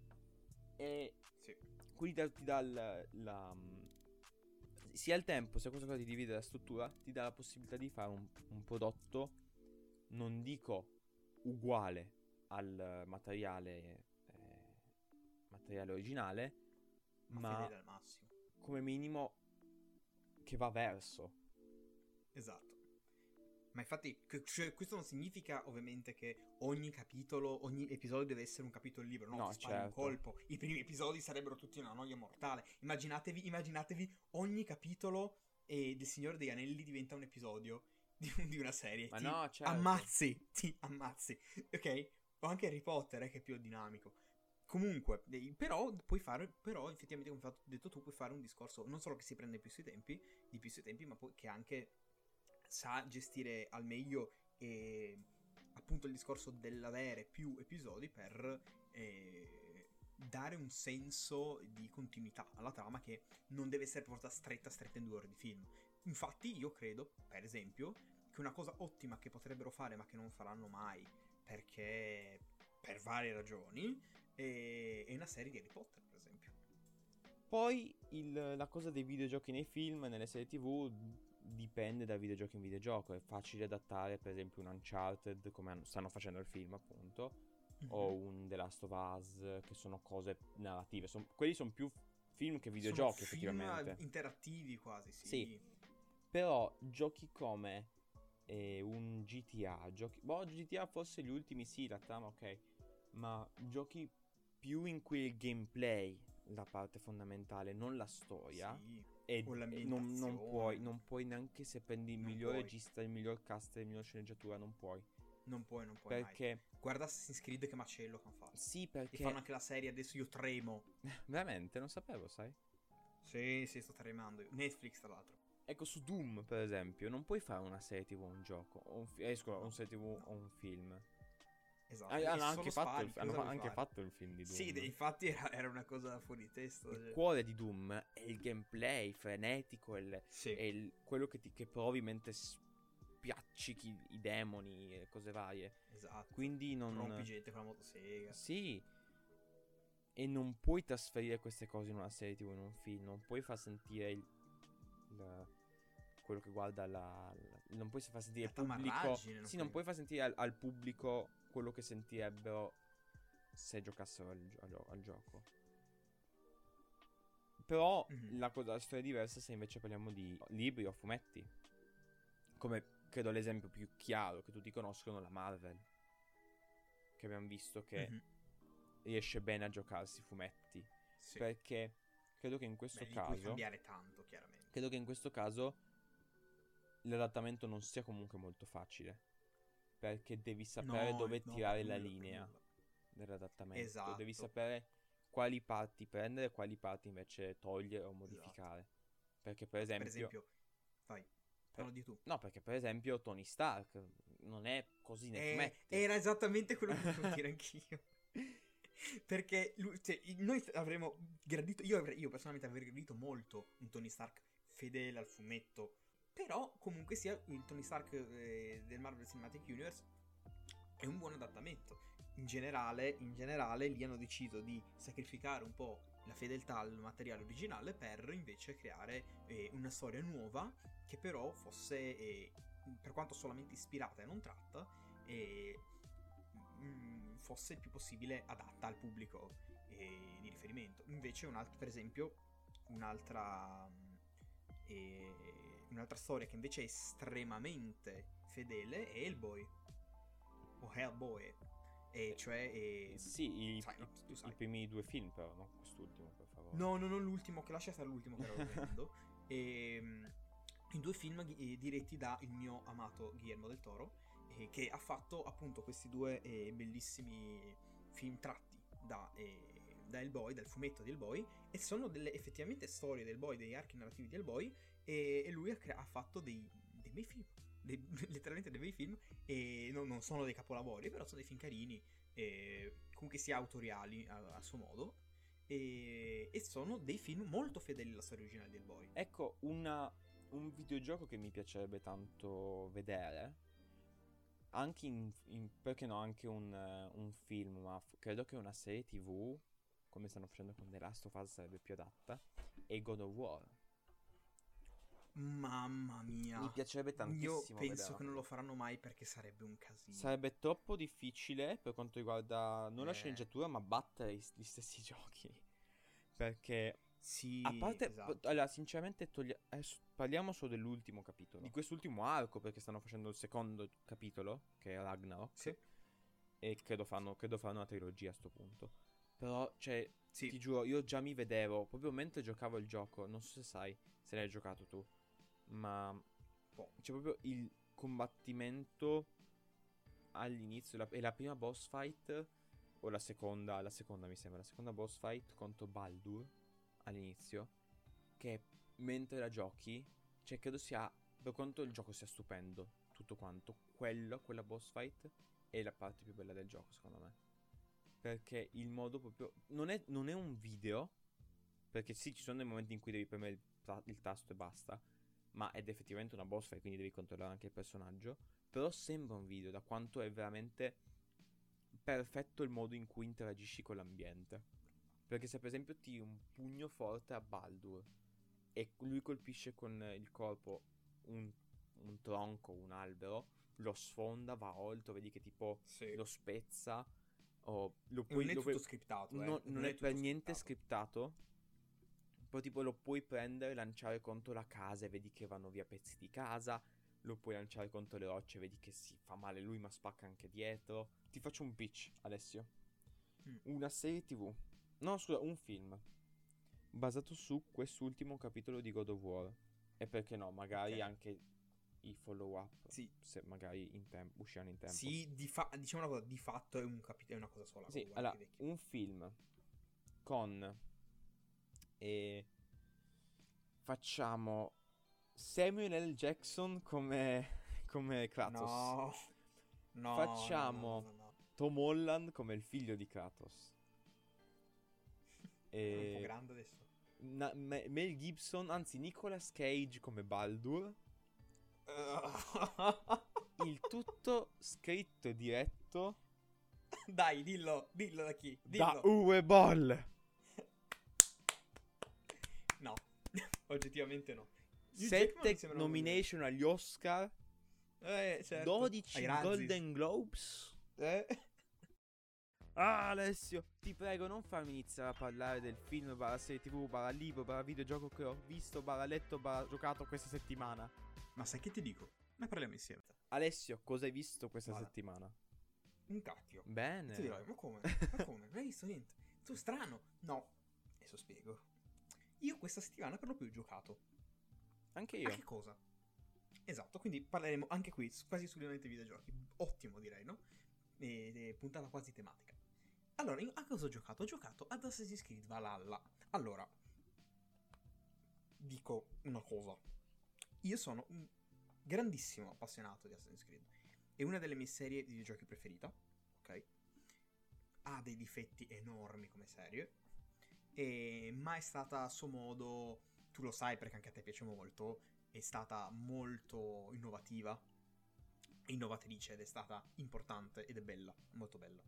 E Sì. quindi da- ti dà il- la, mm, sia il tempo, sia questa cosa di dividere la struttura, ti dà la possibilità di fare un, un prodotto, non dico uguale al materiale, eh, materiale originale, Ma, ma fedele al massimo. come minimo che va verso. Esatto. Ma infatti, que- cioè, questo non significa ovviamente che ogni capitolo, ogni episodio deve essere un capitolo del libro. No, No, ti spari un certo. colpo. I primi episodi sarebbero tutti una noia mortale. Immaginatevi, immaginatevi ogni capitolo e del Signore degli Anelli diventa un episodio di, di una serie. Ma ti no, certo. ammazzi, ti ammazzi. Ok? O anche Harry Potter, eh, che è più dinamico. Comunque, eh, però puoi fare, però effettivamente come hai fatto- detto tu, puoi fare un discorso non solo che si prende più sui tempi, di più sui tempi, ma poi che anche sa gestire al meglio e appunto il discorso dell'avere più episodi per eh, dare un senso di continuità alla trama che non deve essere portata stretta stretta in due ore di film. Infatti io credo, per esempio, che una cosa ottima che potrebbero fare ma che non faranno mai perché per varie ragioni è, è una serie di Harry Potter, per esempio. Poi il- la cosa dei videogiochi nei film e nelle serie tv dipende dal videogioco in videogioco. È facile adattare per esempio un Uncharted, come hanno- stanno facendo il film appunto, o un The Last of Us, che sono cose narrative. Son- quelli sono più film che videogiochi Sono film effettivamente. interattivi quasi, sì. Sì. Però giochi come eh, un G T A, giochi... Boh, G T A forse gli ultimi sì, la trama ok, ma giochi più in cui il gameplay, la parte fondamentale, non la storia. Sì. E O e non, l'ambientazione. non puoi, non puoi neanche se prendi il Non miglior puoi. regista, il miglior cast, il miglior sceneggiatura, non puoi. Non puoi, non puoi mai. Perché, Guarda Assassin's Creed che macello che hanno fatto. sì, E perché, fanno anche la serie, adesso io tremo. veramente, non sapevo, sai? Sì, sì, sto tremando io. Netflix, tra l'altro. Ecco, su Doom, per esempio, non puoi fare una serie tv o un gioco, o un, fi- eh, scusa, No, un serie tv no. o un film. Esatto. Ah, E hanno solo anche, fatto, spari, il, cosa hanno vuoi anche fare? fatto il film di Doom. Sì, de- infatti era, era una cosa fuori di testa. Il cioè. cuore di Doom è il gameplay frenetico, è, il- Sì. è il- quello che, ti, che provi mentre spiaccichi i demoni e cose varie. Esatto. Quindi non... Rompi gente con la motosega. Sì. E non puoi trasferire queste cose in una serie tv, in un film. Non puoi far sentire il, il- quello che guarda la, la- non puoi far sentire La il pubblico. tamarraggine, non Sì, non puoi- puoi far sentire al, al pubblico quello che sentirebbero se giocassero al, gio- al gio- al gioco. Però Mhm. la, cosa, la storia è diversa se invece parliamo di libri o fumetti. Come credo l'esempio più chiaro che tutti conoscono, la Marvel. Che abbiamo visto che Mhm. riesce bene a giocarsi i fumetti. Sì. Perché credo che in questo Beh, lì puoi caso cambiare tanto, chiaramente. credo che in questo caso l'adattamento non sia comunque molto facile. Perché devi sapere No, dove no, tirare per la nulla, per linea nulla. dell'adattamento. Esatto. Devi sapere quali parti prendere e quali parti invece togliere o modificare. Perché per esempio... Per esempio, vai, per- no, di tu. No, perché per esempio Tony Stark non è così nei Eh, fumetti. era esattamente quello che volevo dire anch'io. Perché lui, cioè, i- noi avremmo gradito, io, avrei- io personalmente avrei gradito molto un Tony Stark fedele al fumetto. Però comunque sia il Tony Stark eh, del Marvel Cinematic Universe è un buon adattamento. In generale, in generale lì hanno deciso di sacrificare un po' la fedeltà al materiale originale per invece creare eh, una storia nuova che però fosse, eh, per quanto solamente ispirata e non tratta, eh, mh, fosse il più possibile adatta al pubblico eh, di riferimento. Invece un altro, per esempio, un'altra mh, eh, un'altra storia che invece è estremamente fedele è Hellboy o Hellboy, e cioè eh, Sì, i, sai, no? i- Tu sai. i primi due film però, no? Quest'ultimo, per favore. No, no, non l'ultimo, che lascia stare l'ultimo che ero vedendo. Ehm, I due film eh, diretti da il mio amato Guillermo del Toro, eh, che ha fatto appunto questi due eh, bellissimi film tratti da, eh, da Hellboy, dal fumetto di Hellboy, e sono delle effettivamente storie del Hellboy, degli archi narrativi di Hellboy, e, e lui ha, cre- ha fatto dei, dei bei film, dei- letteralmente dei bei film, e non, non sono dei capolavori, però sono dei film carini, e comunque sia autoriali a, a suo modo. E, e sono dei film molto fedeli alla storia originale di Hellboy. Ecco, una, un videogioco che mi piacerebbe tanto vedere, anche in, in- perché no, anche un, eh, un film, ma f- credo che una serie tv, come stanno facendo con The Last of Us, sarebbe più adatta, e God of War. Mamma mia. Mi piacerebbe Io tantissimo penso vederlo. che non lo faranno mai perché sarebbe un casino. Sarebbe troppo difficile per quanto riguarda non la Eh. sceneggiatura, ma battere i- gli stessi giochi. Perché Sì, a parte, esatto. allora, sinceramente, togli- adesso parliamo solo dell'ultimo capitolo. Di quest'ultimo arco, perché stanno facendo il secondo capitolo, che è Ragnarok. Sì. E credo fanno, credo faranno una trilogia a sto punto. Però, cioè, Sì. ti giuro, io già mi vedevo, proprio mentre giocavo il gioco, non so se sai, se l'hai giocato tu, ma Boh. c'è proprio il combattimento all'inizio, la, è la prima boss fight, o la seconda, la seconda mi sembra, la seconda boss fight contro Baldur all'inizio, che mentre la giochi, cioè credo sia, per quanto il gioco sia stupendo, tutto quanto, quello, quella boss fight è la parte più bella del gioco secondo me. Perché il modo proprio, non è, non è un video, perché sì, ci sono dei momenti in cui devi premere il, ta- il tasto e basta, ma ed effettivamente una boss fight, quindi devi controllare anche il personaggio. Però sembra un video, da quanto è veramente perfetto il modo in cui interagisci con l'ambiente. Perché se per esempio tiri un pugno forte a Baldur e lui colpisce con il corpo un, un tronco, un albero, lo sfonda, va oltre, vedi che tipo Sì. lo spezza, o lo E puoi... non è lo tutto puoi- scriptato, eh. no- non, è, tutto per niente scriptato. Poi tipo lo puoi prendere e lanciare contro la casa e vedi che vanno via pezzi di casa. Lo puoi lanciare contro le rocce e vedi che si fa male lui ma spacca anche dietro. Ti faccio un pitch, Alessio. Mm. Una serie tv, no scusa, un film basato su quest'ultimo capitolo di God of War. E perché no, magari Ok. anche i follow up, Sì. se magari in tempo usciranno in tempo. Sì, di fa- diciamo una cosa, di fatto è, un capi- è una cosa sola. Sì, guarda allora, che vecchio. un film con e facciamo Samuel L. Jackson come come Kratos. No. No. Facciamo no, no, no, no. Tom Holland come il figlio di Kratos. È un po' E grande adesso. na- Me- Mel Gibson, anzi Nicolas Cage come Baldur. Il tutto scritto e diretto Dai, dillo, dillo da chi? da Dillo. Uwe Boll. No, oggettivamente no. Hugh Jackman mi Sette sembra nomination agli Oscar, un- Eh, certo. dodici Ai Razzies. Golden Globes. Eh? Ah, Alessio, ti prego, non farmi iniziare a parlare del film, barra serie tv, barra libro, barra videogioco che ho visto, barra letto, barra giocato questa settimana. Ma sai che ti dico? Ne parliamo insieme. Alessio, cosa hai visto questa Vada. settimana? Un cacchio. Bene. Tu dirai, ma come? Ma come? Non hai visto niente? Tu strano. No. Adesso spiego. Io questa settimana per lo più ho giocato. Anche A io. che cosa? Esatto, quindi parleremo anche qui su- quasi esclusivamente di videogiochi. Ottimo, direi, no? E, e puntata quasi tematica. Allora, io a cosa ho giocato? Ho giocato ad Assassin's Creed Valhalla. Allora, dico una cosa. Io sono un grandissimo appassionato di Assassin's Creed. È una delle mie serie di videogiochi preferita, ok? Ha dei difetti enormi come serie, e, ma è stata a suo modo, tu lo sai perché anche a te piace molto, è stata molto innovativa, innovatrice ed è stata importante ed è bella, molto bella.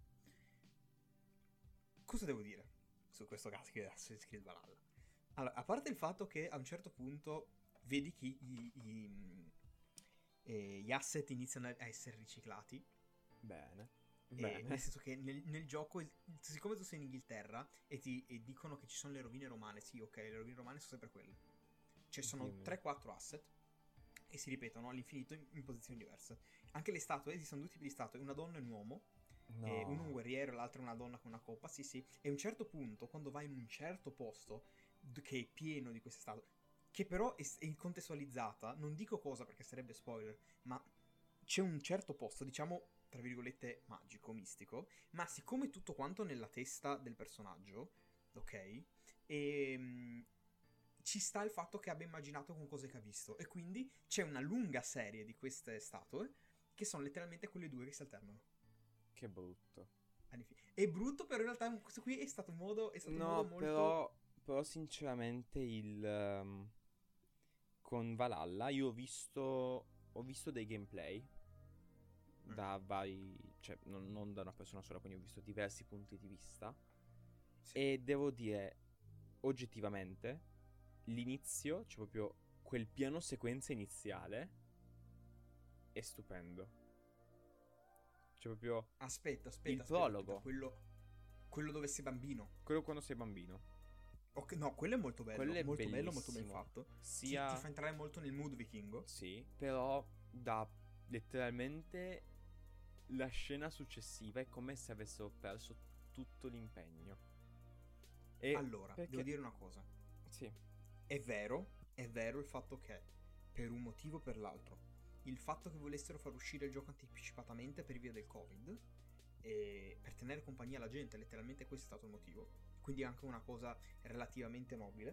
Cosa devo dire su questo caso che è Assassin's Creed Valhalla? Allora, a parte il fatto che a un certo punto vedi che i, i- eh, gli asset iniziano a essere riciclati. Bene. E Bene. nel senso che nel, nel gioco, siccome tu sei in Inghilterra e ti e dicono che ci sono le rovine romane, sì, ok, le rovine romane sono sempre quelle. Cioè sono Dimmi. tre quattro asset e si ripetono all'infinito in, in posizioni diverse. Anche le statue, esistono due tipi di statue, una donna e un uomo. E uno un guerriero, l'altro una donna con una coppa, sì sì. E a un certo punto, quando vai in un certo posto d- che è pieno di queste statue, che però è, è contestualizzata, non dico cosa perché sarebbe spoiler, ma c'è un certo posto, diciamo, tra virgolette, magico, mistico, ma siccome è tutto quanto nella testa del personaggio, ok? E ci sta il fatto che abbia immaginato con cose che ha visto. E quindi c'è una lunga serie di queste statue che sono letteralmente quelle due che si alternano. Che brutto. È brutto, però in realtà questo qui è stato un modo, è stato un No, modo molto... però, però sinceramente il... ehm, con Valhalla io ho visto... Ho visto dei gameplay da vari... Cioè, non, non da una persona sola, quindi ho visto diversi punti di vista. Sì. E devo dire, oggettivamente, l'inizio, cioè proprio quel piano sequenza iniziale, è stupendo. Cioè proprio Aspetta, aspetta, il aspetta, prologo. aspetta, quello, quello dove sei bambino. Quello quando sei bambino. Ok, no, quello è molto bello, Quello è molto bello, molto ben bellissimo. fatto. Sia... Ti, ti fa entrare molto nel mood vichingo. Sì, però da letteralmente la scena successiva è come se avessero perso tutto l'impegno. E Allora, perché... devo dire una cosa. Sì. È vero, è vero il fatto che, per un motivo o per l'altro, il fatto che volessero far uscire il gioco anticipatamente per via del Covid, e per tenere compagnia alla gente, letteralmente questo è stato il motivo. Quindi è anche una cosa relativamente nobile.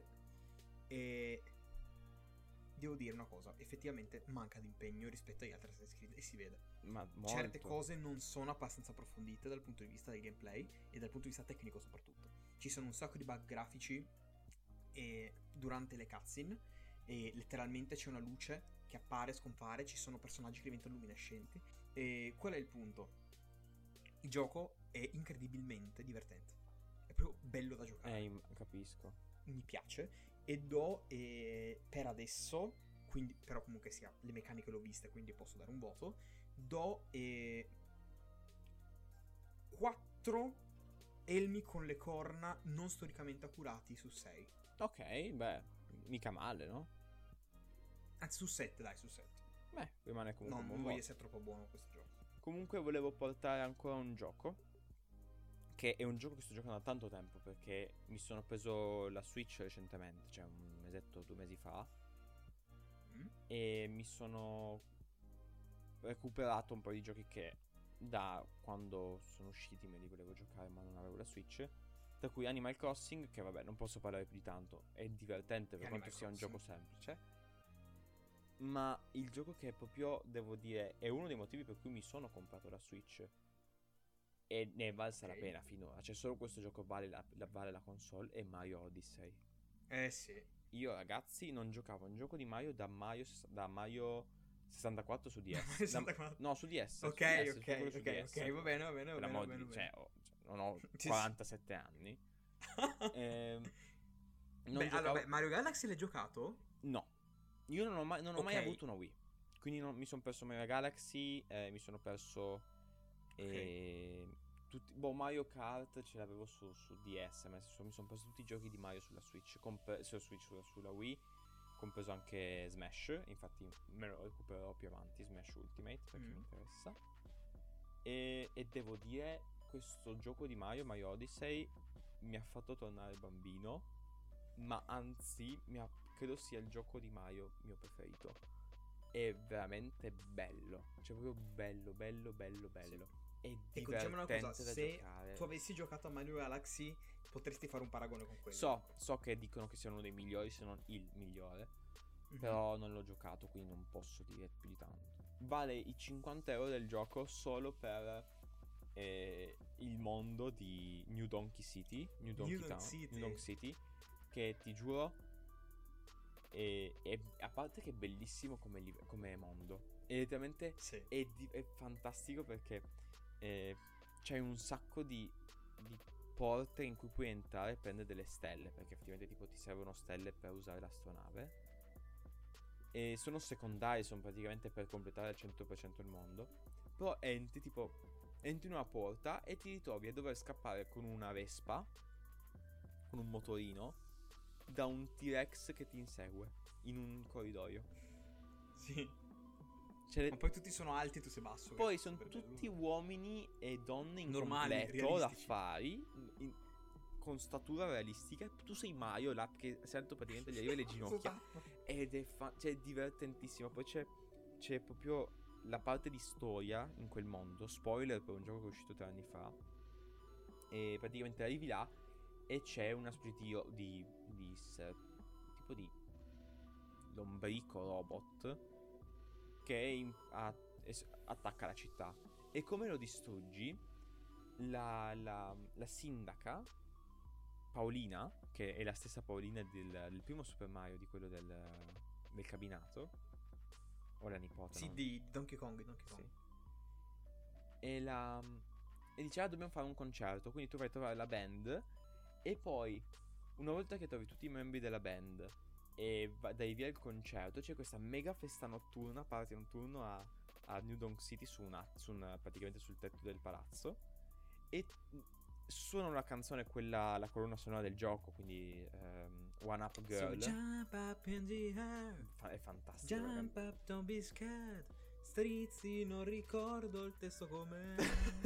E devo dire una cosa, effettivamente manca di impegno rispetto agli altri Assassin's Creed e si vede. Ma molto. Certe cose non sono abbastanza approfondite dal punto di vista del gameplay e dal punto di vista tecnico soprattutto. Ci sono un sacco di bug grafici e durante le cutscene, e letteralmente c'è una luce che appare, scompare, ci sono personaggi che diventano luminescenti. E qual è il punto? Il gioco è incredibilmente divertente, è proprio bello da giocare. Eh, im- capisco. Mi piace e do eh, per adesso, quindi però comunque sia le meccaniche l'ho viste, quindi posso dare un voto. Do eh, quattro elmi con le corna non storicamente accurati su sei. Ok, beh, mica male, no? Anzi su sette, dai, su sette. Beh, rimane No, comunque un non buon voglio voto. essere troppo buono questo gioco. Comunque volevo portare ancora un gioco, che è un gioco che sto giocando da tanto tempo, perché mi sono preso la Switch recentemente, cioè un mesetto, due mesi fa, Mm? e mi sono recuperato un po' di giochi che da quando sono usciti me li volevo giocare ma non avevo la Switch. Tra cui Animal Crossing, che vabbè non posso parlare più di tanto, è divertente per Animal quanto sia un Crossing. gioco semplice. Ma il gioco che proprio, devo dire, è uno dei motivi per cui mi sono comprato la Switch, e ne è valsa Ok. la pena finora, cioè solo questo gioco vale la, la- vale la console, è Mario Odyssey. Eh sì. Io ragazzi non giocavo a un gioco di Mario da Mario, ses- da Mario sessantaquattro su D S. Mario Da- sessantaquattro. no, su D S. Ok, su D S, ok, su quello su ok, D S. ok, va bene, va bene, va Per bene, va amor bene, di- va cioè, bene. ho- cioè, non ho Sì, sì. quarantasette anni. Ehm, non Beh, giocavo... allora, beh, Mario Galaxy l'hai giocato? No, io non ho mai, non ho mai Ok. avuto una Wii. Quindi non- mi sono perso Mario Galaxy, eh, mi sono perso eh, tutti, boh, Mario Kart ce l'avevo su, su D S, ma nel senso, mi sono perso tutti i giochi di Mario sulla Switch, compre- sulla Switch, sulla, sulla Wii, compreso anche Smash, infatti me lo recupererò più avanti, Smash Ultimate, perché Mm. mi interessa. E, e devo dire, questo gioco di Mario, Mario Odyssey, mi ha fatto tornare bambino, ma anzi, mi ha- credo sia il gioco di Mario mio preferito. è veramente bello. Cioè proprio bello, bello, bello, bello. Sì. È ecco, diciamo una cosa, divertente da se giocare. tu avessi giocato a Mario Galaxy potresti fare un paragone con quello. So, so che dicono che sia uno dei migliori, se non il migliore. Mm-hmm. Però non l'ho giocato, quindi non posso dire più di tanto. Vale i cinquanta euro del gioco solo per eh, il mondo di New Donkey City. New Donkey New Town, City. New Donk City. Che ti giuro è, è, a parte che è bellissimo come, come mondo. E letteralmente sì. è, di, è fantastico perché eh, c'hai un sacco di, di porte in cui puoi entrare e prendere delle stelle, perché effettivamente tipo ti servono stelle per usare l'astronave. E sono secondari, sono praticamente per completare al cento per cento il mondo. Però entri tipo entri in una porta e ti ritrovi a dover scappare con una Vespa, con un motorino, da un T-Rex che ti insegue in un corridoio. Sì. Cioè, ma poi tutti sono alti e tu sei basso. Poi sono tutti bello. Uomini e donne in normali, completo d'affari, in, con statura realistica. Tu sei Mario là che sento praticamente gli arriva le ginocchia. Ed è, fa- cioè, è divertentissimo. Poi c'è, c'è proprio la parte di storia in quel mondo. Spoiler per un gioco che è uscito tre anni fa. E praticamente arrivi là e c'è una specie di, di, di, di tipo di lombrico robot che in, a, es, attacca la città. E come lo distruggi, la, la, la sindaca Paolina, che è la stessa Paolina del, del primo Super Mario, di quello del, del cabinato, o la nipote, sì, no? di Donkey Kong, Donkey Kong. Sì. E la e dice ah dobbiamo fare un concerto, quindi tu vai a trovare la band e poi una volta che trovi tutti i membri della band e va, dai via il concerto, c'è questa mega festa notturna, party notturno a, a New Donk City su una, su una, praticamente sul tetto del palazzo, e suonano la canzone, quella, la colonna sonora del gioco, quindi um, One Up Girl. So jump up in the air. Fa- è fantastico. Jump up, don't be scared. Strizzi, non ricordo il testo com'è.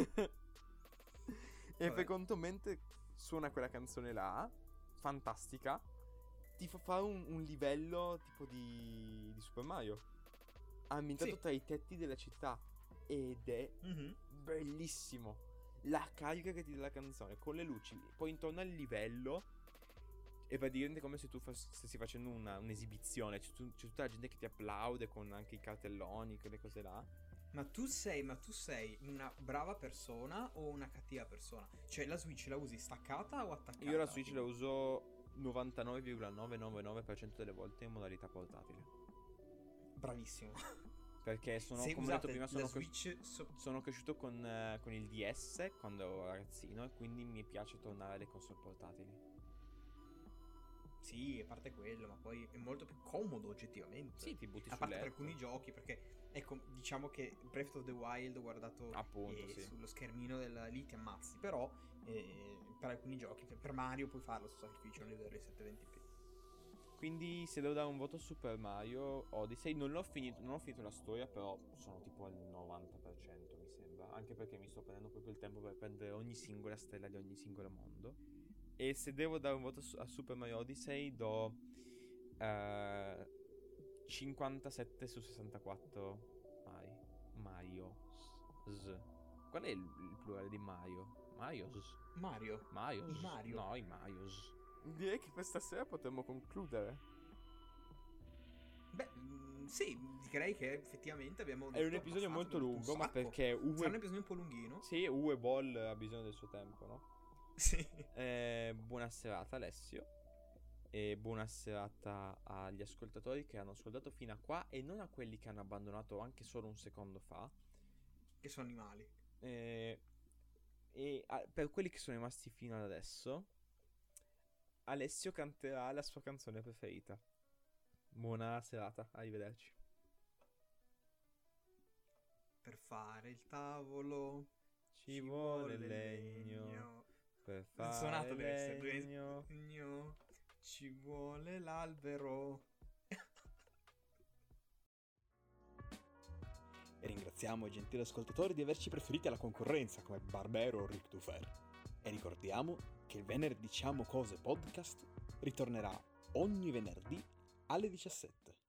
E per conto mentre suona quella canzone là, fantastica, ti fa fare un, un livello tipo di, di Super Mario, ambientato sì. tra i tetti della città, ed è mm-hmm. bellissimo. La carica che ti dà la canzone con le luci, poi intorno al livello è praticamente come se tu fas- stessi facendo una, un'esibizione. C'è, tu- c'è tutta la gente che ti applaude con anche i cartelloni, quelle cose là. Ma tu sei, ma tu sei una brava persona o una cattiva persona? Cioè la Switch la usi staccata o attaccata? Io la Switch la uso novantanove virgola novecentonovantanove per cento delle volte in modalità portatile. Bravissimo. Perché sono, Se, come scusate, ho detto prima, sono, Switch, cres- so- sono cresciuto con, eh, con il D S quando ero ragazzino, e quindi mi piace tornare alle console portatili. Sì, a parte quello, ma poi è molto più comodo oggettivamente. Sì, ti butti a sul parte letto. per alcuni giochi, perché ecco, diciamo che Breath of the Wild ho guardato appunto, eh, sì. sullo schermino della, lì ti ammazzi, però eh, per alcuni giochi, per Mario puoi farlo su sacrificio, non li vedrei settecentoventi p. Quindi se devo dare un voto a Super Mario Odyssey, non l'ho finito, non ho finito la storia, però sono tipo al novanta per cento mi sembra, anche perché mi sto prendendo proprio il tempo per prendere ogni singola stella di ogni singolo mondo. E se devo dare un voto a Super Mario Odyssey do uh, cinquantasette su sessantaquattro Mari. Mario S. Qual è il, il plurale di Mario? Marios? Mario. Marios? Mario. No, i Marios. Direi che per stasera potremmo concludere. Beh, mh, sì, direi che effettivamente abbiamo... È un episodio molto lungo, ma perché Uwe... Sarà un episodio un po' lunghino. Sì, Uwe Boll ha bisogno del suo tempo, no? Sì. Eh, buona serata Alessio. E buona serata agli ascoltatori che hanno ascoltato fino a qua, e non a quelli che hanno abbandonato anche solo un secondo fa, che sono animali. Eh, e a, per quelli che sono rimasti fino ad adesso, Alessio canterà la sua canzone preferita. Buona serata, arrivederci. Per fare il tavolo ci, ci vuole legno, legno. Per fare suonato legno, legno ci vuole l'albero. E ringraziamo i gentili ascoltatori di averci preferiti alla concorrenza come Barbero o Ric Dufer. E ricordiamo che il Venerdì Diciamo Cose podcast ritornerà ogni venerdì alle diciassette.